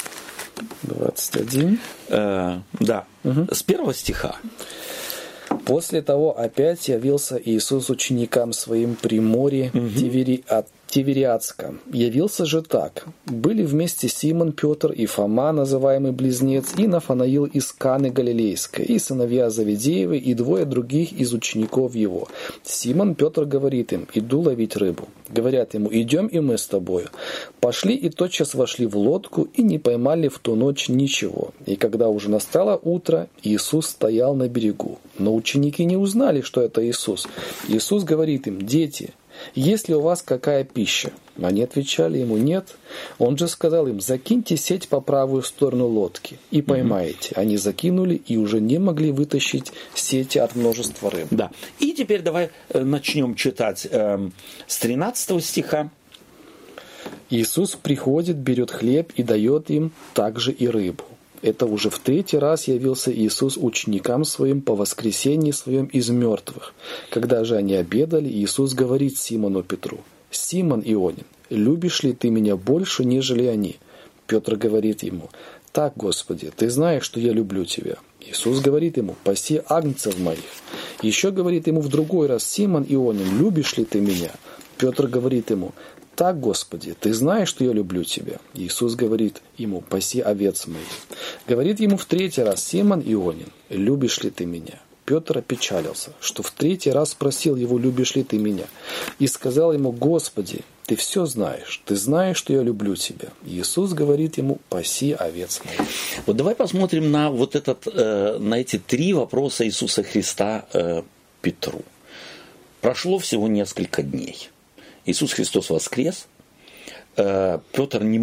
Speaker 2: 21.
Speaker 1: Да, с 1 стиха.
Speaker 2: После того опять явился Иисус ученикам своим при море Тивериадском. Явился же так. Были вместе Симон, Петр и Фома, называемый Близнец, и Нафанаил из Каны Галилейской, и сыновья Завидеевы, и двое других из учеников его. Симон Петр говорит им: «Иду ловить рыбу». Говорят ему: «Идем и мы с тобою». Пошли и тотчас вошли в лодку, и не поймали в ту ночь ничего. И когда уже настало утро, Иисус стоял на берегу. Но ученики не узнали, что это Иисус. Иисус говорит им: «Дети, есть ли у вас какая пища?» Они отвечали ему: «Нет». Он же сказал им: «Закиньте сеть по правую сторону лодки и поймаете». Они закинули и уже не могли вытащить сети от множества рыб.
Speaker 1: Да. И теперь давай начнем читать с 13 стиха.
Speaker 2: Иисус приходит, берет хлеб и дает им также и рыбу. Это уже в 3-й раз явился Иисус ученикам своим по воскресенье своем из мертвых. Когда же они обедали, Иисус говорит Симону Петру: «Симон Ионин, любишь ли ты меня больше, нежели они?» Петр говорит ему: «Так, Господи, ты знаешь, что я люблю тебя». Иисус говорит ему: «Паси агнцев моих». Еще говорит ему в другой раз: «Симон Ионин, любишь ли ты меня?» Петр говорит ему: «Так, Господи, ты знаешь, что я люблю тебя». Иисус говорит ему: «Паси овец моих». Говорит ему в 3-й раз: «Симон Ионин, любишь ли ты меня?» Петр опечалился, что в 3-й раз спросил его: «Любишь ли ты меня?» И сказал ему: «Господи, ты все знаешь, ты знаешь, что я люблю тебя». Иисус говорит ему: «Паси овец моих».
Speaker 1: Вот давай посмотрим на вот на эти 3 вопроса Иисуса Христа Петру. Прошло всего несколько дней. Иисус Христос воскрес. Петр не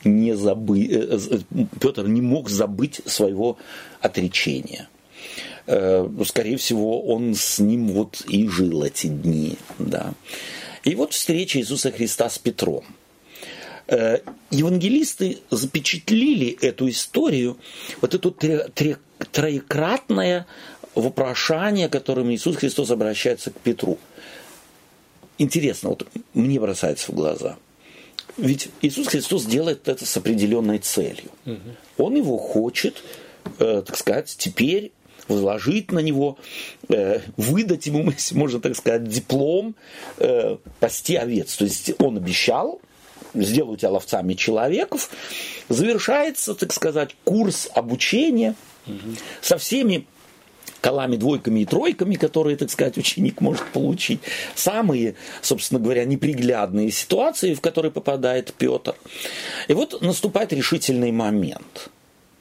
Speaker 1: мог забыть своего отречения. Скорее всего, он с ним вот и жил эти дни. Да. И вот встреча Иисуса Христа с Петром. Евангелисты запечатлили эту историю, вот это троекратное вопрошание, которым Иисус Христос обращается к Петру. Интересно, вот мне бросается в глаза. Ведь Иисус Христос делает это с определенной целью. Он его хочет, так сказать, теперь возложить на него, выдать ему, если можно так сказать, диплом пасти овец. То есть он обещал: сделаю тебя ловцами человеков. Завершается, так сказать, курс обучения со всеми колами, двойками и тройками, которые, так сказать, ученик может получить. Самые, собственно говоря, неприглядные ситуации, в которые попадает Петр. И вот наступает решительный момент.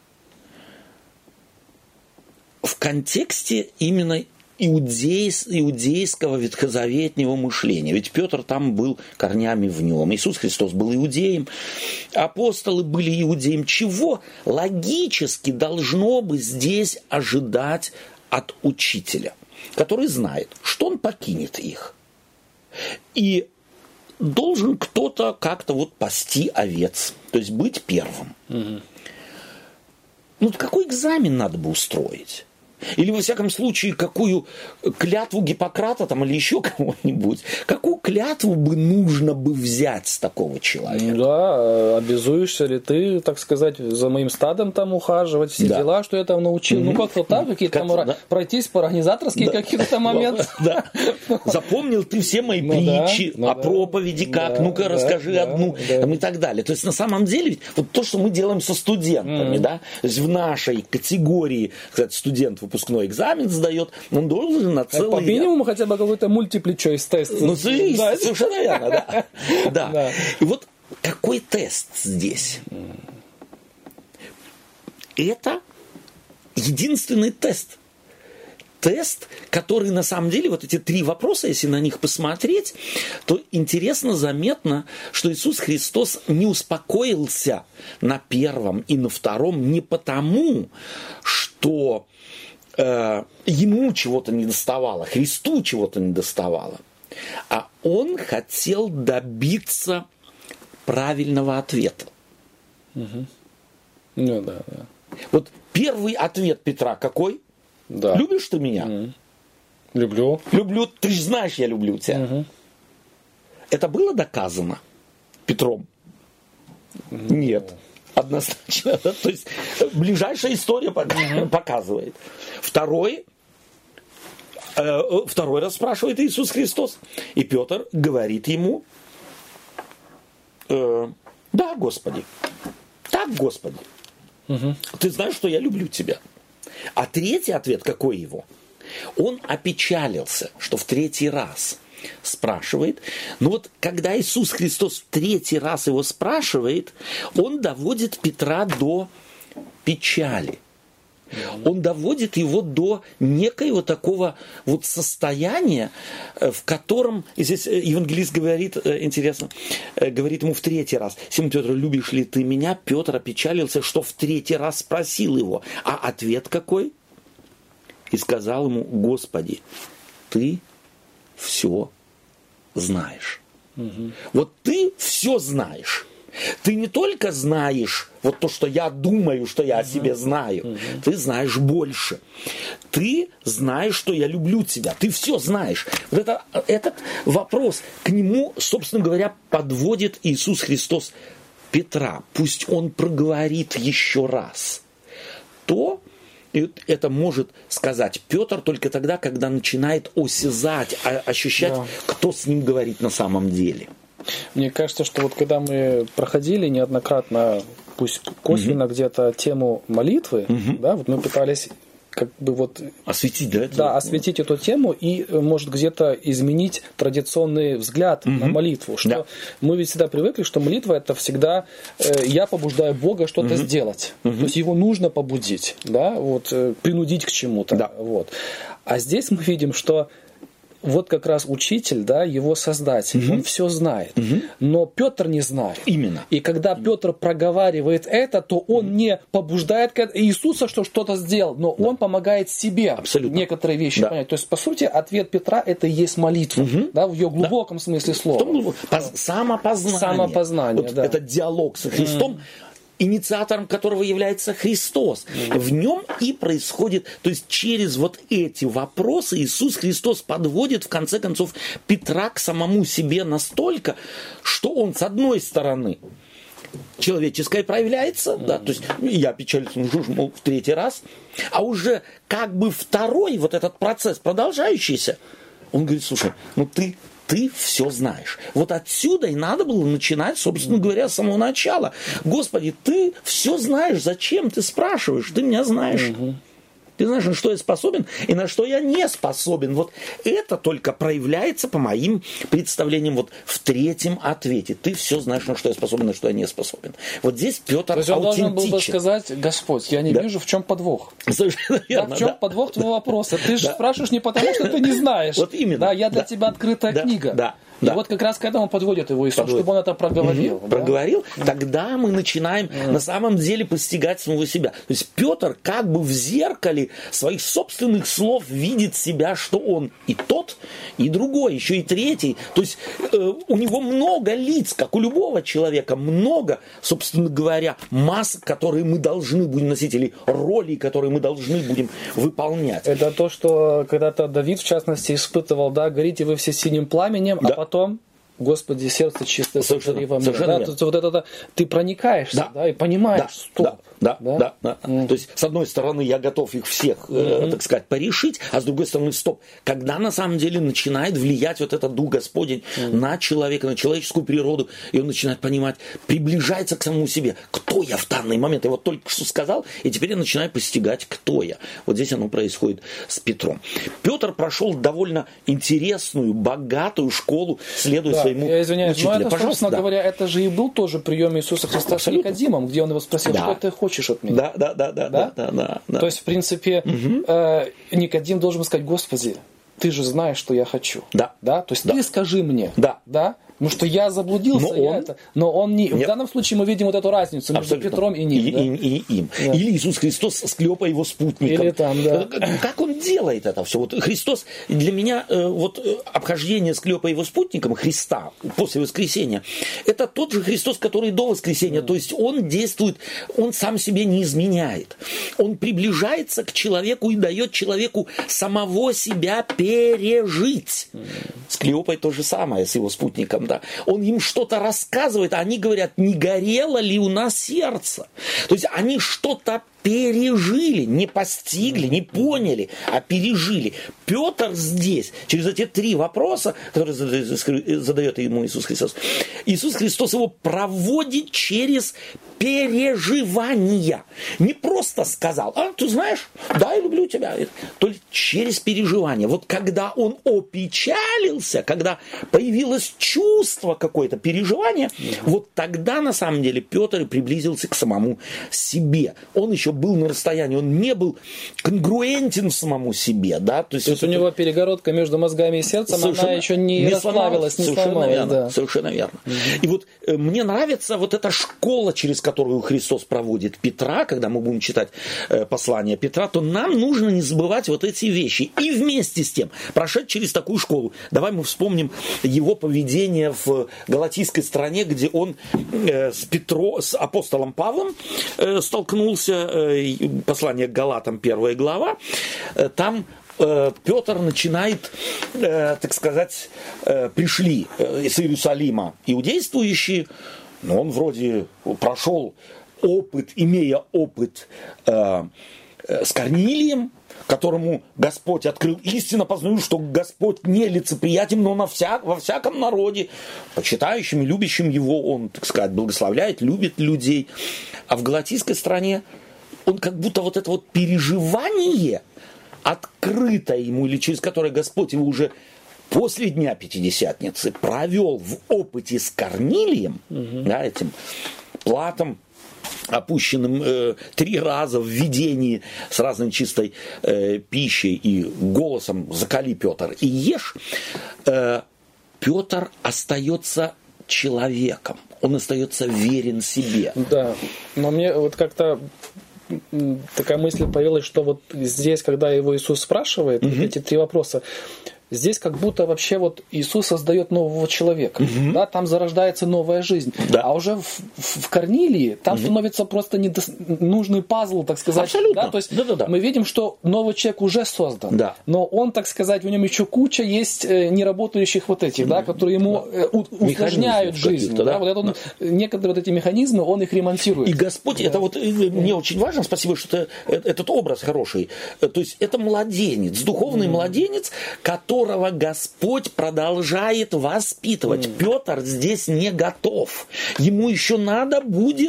Speaker 1: В контексте именно иудейского ветхозаветнего мышления. Ведь Петр там был корнями в нем. Иисус Христос был иудеем. Апостолы были иудеем. Чего логически должно бы здесь ожидать от учителя, который знает, что он покинет их. И должен кто-то как-то вот пасти овец. То есть быть первым. Ну, какой экзамен надо бы устроить? Или, во всяком случае, какую клятву Гиппократа там, или еще кого-нибудь, какую клятву бы нужно бы взять с такого человека?
Speaker 2: Да, обязуешься ли ты, так сказать, за моим стадом там ухаживать, все дела, что я там научил. Ну, как-то так, какие-то там пройтись по организаторские какие-то моменты.
Speaker 1: Запомнил ты все мои притчи о проповеди, как, ну-ка расскажи одну, и так далее. То есть, на самом деле, вот то, что мы делаем со студентами, да, то есть в нашей категории, кстати, студент выпускной экзамен сдает, он должен на целый...
Speaker 2: По минимуму хотя бы какой-то multiple-choice тест.
Speaker 1: Ну, совершенно верно, да. И вот какой тест здесь? Это единственный тест. Тест, который на самом деле, вот эти 3 вопроса, если на них посмотреть, то интересно, заметно, что Иисус Христос не успокоился на первом и на втором не потому, что ему чего-то не доставало, Христу чего-то не доставало, а он хотел добиться правильного ответа.
Speaker 2: Ну да.
Speaker 1: Вот первый ответ Петра какой?
Speaker 2: Да.
Speaker 1: Любишь ты меня?
Speaker 2: Люблю.
Speaker 1: Люблю. Ты же знаешь, я люблю тебя. Это было доказано Петром? Нет. Однозначно. То есть ближайшая история показывает. Второй раз спрашивает Иисус Христос. И Петр говорит ему: да, Господи. Так, Господи. Ты знаешь, что я люблю тебя. А третий ответ какой его? Он опечалился, что в 3-й раз спрашивает. Но вот когда Иисус Христос в 3-й раз его спрашивает, он доводит Петра до печали. Он доводит его до некоего такого вот состояния, в котором, и здесь евангелист говорит, интересно, говорит ему в 3-й раз: Симон Петр, любишь ли ты меня? Петр опечалился, что в 3-й раз спросил его. А ответ какой? И сказал ему: Господи, ты все знаешь. Вот ты все знаешь. Ты не только знаешь вот то, что я думаю, что я о себе знаю. Ты знаешь больше. Ты знаешь, что я люблю тебя. Ты все знаешь. Вот этот вопрос к нему, собственно говоря, подводит Иисус Христос Петра. Пусть он проговорит еще раз то. И это может сказать Петр только тогда, когда начинает осязать, ощущать, кто с ним говорит на самом деле.
Speaker 2: Мне кажется, что вот когда мы проходили неоднократно, пусть косвенно где-то тему молитвы, да, вот мы пытались как бы вот
Speaker 1: осветить,
Speaker 2: осветить эту тему и, может, где-то изменить традиционный взгляд на молитву. Что мы ведь всегда привыкли, что молитва — это всегда я побуждаю Бога что-то сделать. То есть его нужно побудить, да, вот, принудить к чему-то.
Speaker 1: Да.
Speaker 2: Вот. А здесь мы видим, что вот как раз учитель, да, его создатель, он все знает. Но Петр не знает.
Speaker 1: Именно.
Speaker 2: И когда Петр проговаривает это, то он не побуждает Иисуса, что что-то сделал, но он помогает себе некоторые вещи понять. То есть, по сути, ответ Петра — это и есть молитва, да, в ее глубоком смысле слова.
Speaker 1: Самопознание.
Speaker 2: Самопознание,
Speaker 1: вот этот диалог со Христом, инициатором которого является Христос. В нем и происходит, то есть через вот эти вопросы Иисус Христос подводит, в конце концов, Петра к самому себе настолько, что он, с одной стороны, человеческое проявляется, да, то есть я печалюсь, мол, в 3-й раз, а уже как бы второй вот этот процесс продолжающийся, он говорит: слушай, ну ты все знаешь. Вот отсюда и надо было начинать, собственно говоря, с самого начала. Господи, ты все знаешь, зачем ты спрашиваешь? Ты меня знаешь. Ты знаешь, на что я способен и на что я не способен. Вот это только проявляется по моим представлениям вот в третьем ответе. Ты все знаешь, на что я способен, на что я не способен. Вот здесь Петр аутентичен.
Speaker 2: То есть он должен был бы сказать: Господь, я не вижу, в чем подвох.
Speaker 1: Совершенно верно.
Speaker 2: Да, в чем подвох твоего вопроса? Ты же спрашиваешь не потому, что ты не знаешь.
Speaker 1: Вот именно.
Speaker 2: Да, я для тебя открытая книга.
Speaker 1: Да.
Speaker 2: И вот как раз к этому подводит его Иисус, чтобы он это проговорил.
Speaker 1: Проговорил, тогда мы начинаем на самом деле постигать самого себя. То есть Петр как бы в зеркале своих собственных слов видит себя, что он и тот, и другой, еще и третий. То есть у него много лиц, как у любого человека, много, собственно говоря, масок, которые мы должны будем носить, или ролей, которые мы должны будем выполнять.
Speaker 2: Это то, что когда-то Давид, в частности, испытывал, да, горите вы все синим пламенем,
Speaker 1: да.
Speaker 2: А потом, Господи, сердце чистое, сотвори во мне. Да? Вот это, ты проникаешься, да, и понимаешь, стоп.
Speaker 1: Да. То есть, с одной стороны, я готов их всех, так сказать, порешить, а с другой стороны, стоп. Когда на самом деле начинает влиять вот этот Дух Господень на человека, на человеческую природу, и он начинает понимать, приближается к самому себе. Кто я в данный момент? Я вот только что сказал, и теперь я начинаю постигать, кто я. Вот здесь оно происходит с Петром. Петр прошел довольно интересную, богатую школу, следуя своему
Speaker 2: я извиняюсь,
Speaker 1: учителю.
Speaker 2: Но это, собственно говоря, это же и был тоже прием Иисуса Христа с Никодимом, где он его спросил, что ты хочешь от меня?
Speaker 1: Да.
Speaker 2: То есть, в принципе, Никодим должен сказать: Господи, ты же знаешь, что я хочу. Да? То есть, ты скажи мне. Да? Потому что я заблудился, но он не... В данном случае мы видим вот эту разницу между Петром и ним.
Speaker 1: И им. Да. Или Иисус Христос с Клеопой его спутником.
Speaker 2: Или там, да.
Speaker 1: Как он делает это все? Вот Христос, для меня, вот обхождение с Клеопой его спутником Христа после воскресения, это тот же Христос, который до воскресения. То есть он действует, он сам себе не изменяет. Он приближается к человеку и дает человеку самого себя пережить. С Клеопой то же самое, с его спутником. Да. Он им что-то рассказывает, а они говорят: не горело ли у нас сердце? То есть они что-то пережили, не постигли, не поняли, а пережили. Петр здесь, через эти три вопроса, которые задает ему Иисус Христос, Иисус Христос его проводит через переживания. Не просто сказал: ты знаешь, да, я люблю тебя. Только через переживания. Вот когда он опечалился, когда появилось чувство какое-то, переживание, вот тогда на самом деле Петр и приблизился к самому себе. Он еще был на расстоянии, он не был конгруентен самому себе. Да? То есть
Speaker 2: у него перегородка между мозгами и сердцем, она еще не расплавилась, не сломалась.
Speaker 1: Совершенно верно. И вот мне нравится вот эта школа, через которую Христос проводит Петра, когда мы будем читать послание Петра, то нам нужно не забывать вот эти вещи. И вместе с тем, прошед через такую школу, давай мы вспомним его поведение в галатийской стране, где он с апостолом Павлом столкнулся, послание к Галатам, 1 глава, там Петр начинает, так сказать, пришли из Иерусалима иудействующие, но он вроде прошел опыт, имея опыт с Корнилием, которому Господь открыл истину, познаю, что Господь не лицеприятен, но во всяком народе, почитающим и любящим его, он, так сказать, благословляет, любит людей. А в галатийской стране он как будто вот это вот переживание, открытое ему, или через которое Господь его уже после Дня Пятидесятницы провел в опыте с Корнилием, да, этим Платом, опущенным 3 раза в видении с разной чистой пищей и голосом «Закали, Петр, и ешь», Петр остается человеком, он остается верен себе.
Speaker 2: Да, но мне вот как-то такая мысль появилась, что вот здесь, когда его Иисус спрашивает, эти 3 вопроса, здесь как будто вообще вот Иисус создает нового человека, да, там зарождается новая жизнь, а уже в Корнилии там становится просто нужный пазл, так сказать.
Speaker 1: Абсолютно.
Speaker 2: Да? То есть мы видим, что новый человек уже создан, но он, так сказать, в нем еще куча есть неработающих вот этих, да, которые ему усложняют жизнь. Да? Вот это некоторые вот эти механизмы, он их ремонтирует.
Speaker 1: И Господь, это вот мне очень важно, спасибо, что этот образ хороший, то есть это младенец, духовный младенец, которого Господь продолжает воспитывать. Петр здесь не готов. Ему еще надо будет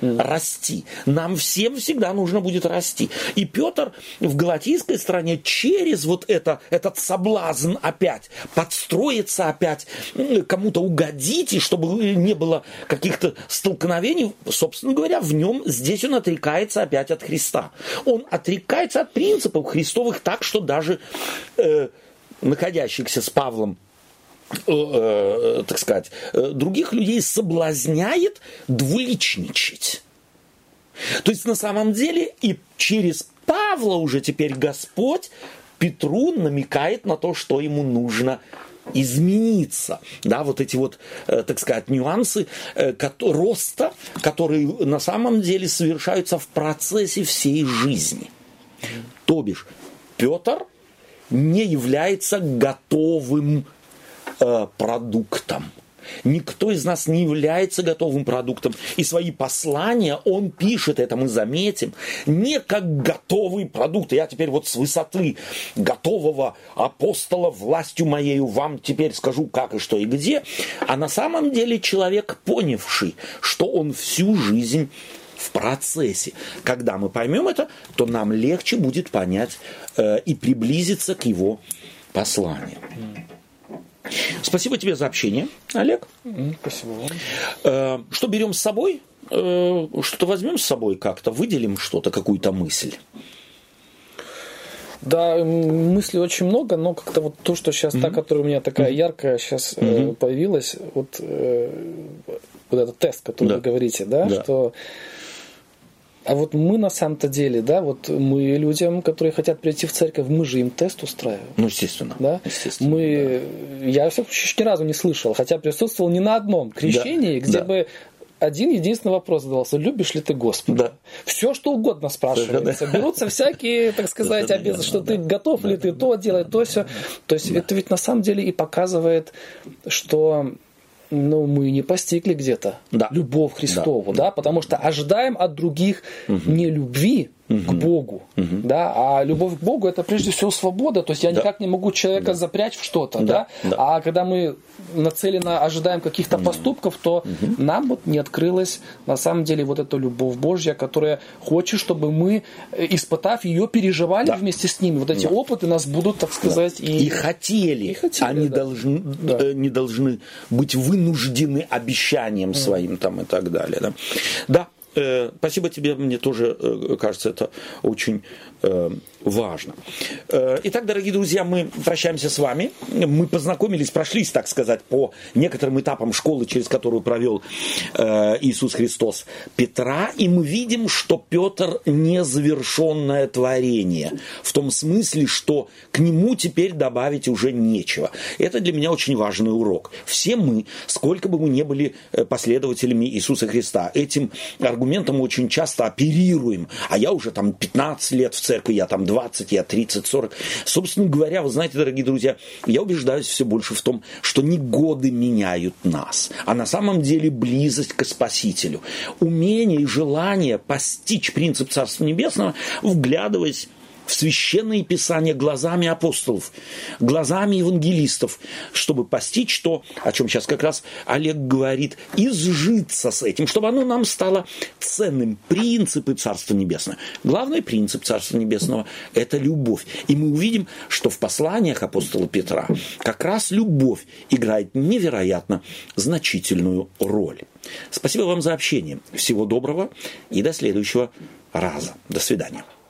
Speaker 1: расти. Нам всем всегда нужно будет расти. И Петр в галатийской стране через вот этот соблазн опять подстроиться, опять кому-то угодить, и чтобы не было каких-то столкновений, собственно говоря, в нем здесь он отрекается опять от Христа. Он отрекается от принципов христовых так, что даже находящихся с Павлом, так сказать, других людей соблазняет двуличничать. То есть на самом деле и через Павла уже теперь Господь Петру намекает на то, что ему нужно измениться. Да, вот эти вот, так сказать, нюансы роста, которые на самом деле совершаются в процессе всей жизни. То бишь, Петр не является готовым продуктом. Никто из нас не является готовым продуктом. И свои послания он пишет, это мы заметим, не как готовый продукт. Я теперь вот с высоты готового апостола властью моею вам теперь скажу, как и что и где. А на самом деле человек, понявший, что он всю жизнь в процессе. Когда мы поймем это, то нам легче будет понять и приблизиться к его посланию. Спасибо тебе за общение, Олег.
Speaker 2: Спасибо вам.
Speaker 1: Что берем с собой? Что-то возьмем с собой как-то, выделим что-то, какую-то мысль.
Speaker 2: Да, мыслей очень много, но как-то вот то, что сейчас, та, которая у меня такая яркая сейчас появилась, вот этот тест, который вы говорите, да, что... А вот мы на самом-то деле, да, вот мы людям, которые хотят прийти в церковь, мы же им тест устраиваем.
Speaker 1: Ну, естественно.
Speaker 2: Да?
Speaker 1: Естественно,
Speaker 2: Я, во всяком случае, ни разу не слышал, хотя присутствовал ни на одном крещении, где бы один единственный вопрос задавался: любишь ли ты Господа? Да. Все, что угодно спрашивается. Берутся всякие, так сказать, обязы, что ты готов ли ты то делать, то все. То есть это ведь на самом деле и показывает, что... мы не постигли где-то любовь Христову, да, потому что ожидаем от других не любви к Богу, да, а любовь к Богу — это прежде всего свобода, то есть я никак не могу человека запрячь в что-то, да, а когда мы нацеленно ожидаем каких-то поступков, то нам вот не открылась на самом деле вот эта любовь Божья, которая хочет, чтобы мы, испытав ее, переживали вместе с ними. Вот эти опыты нас будут, так сказать,
Speaker 1: и хотели. Они не должны быть вынуждены обещанием своим там и так далее. Да. Спасибо тебе, мне тоже кажется, это очень важно. Итак, дорогие друзья, мы прощаемся с вами. Мы познакомились, прошлись, так сказать, по некоторым этапам школы, через которую провел Иисус Христос Петра, и мы видим, что Петр незавершенное творение, в том смысле, что к нему теперь добавить уже нечего. Это для меня очень важный урок. Все мы, сколько бы мы ни были последователями Иисуса Христа, этим аргументом очень часто оперируем. А я уже там 15 лет в церкви, я там 20, я 30, 40. Собственно говоря, вы знаете, дорогие друзья, я убеждаюсь все больше в том, что не годы меняют нас, а на самом деле близость к Спасителю. Умение и желание постичь принцип Царства Небесного, вглядываясь в Священные Писания глазами апостолов, глазами евангелистов, чтобы постичь то, о чем сейчас как раз Олег говорит, и сжиться с этим, чтобы оно нам стало ценным. Принципы Царства Небесного. Главный принцип Царства Небесного – это любовь. И мы увидим, что в посланиях апостола Петра как раз любовь играет невероятно значительную роль. Спасибо вам за общение. Всего доброго и до следующего раза. До свидания.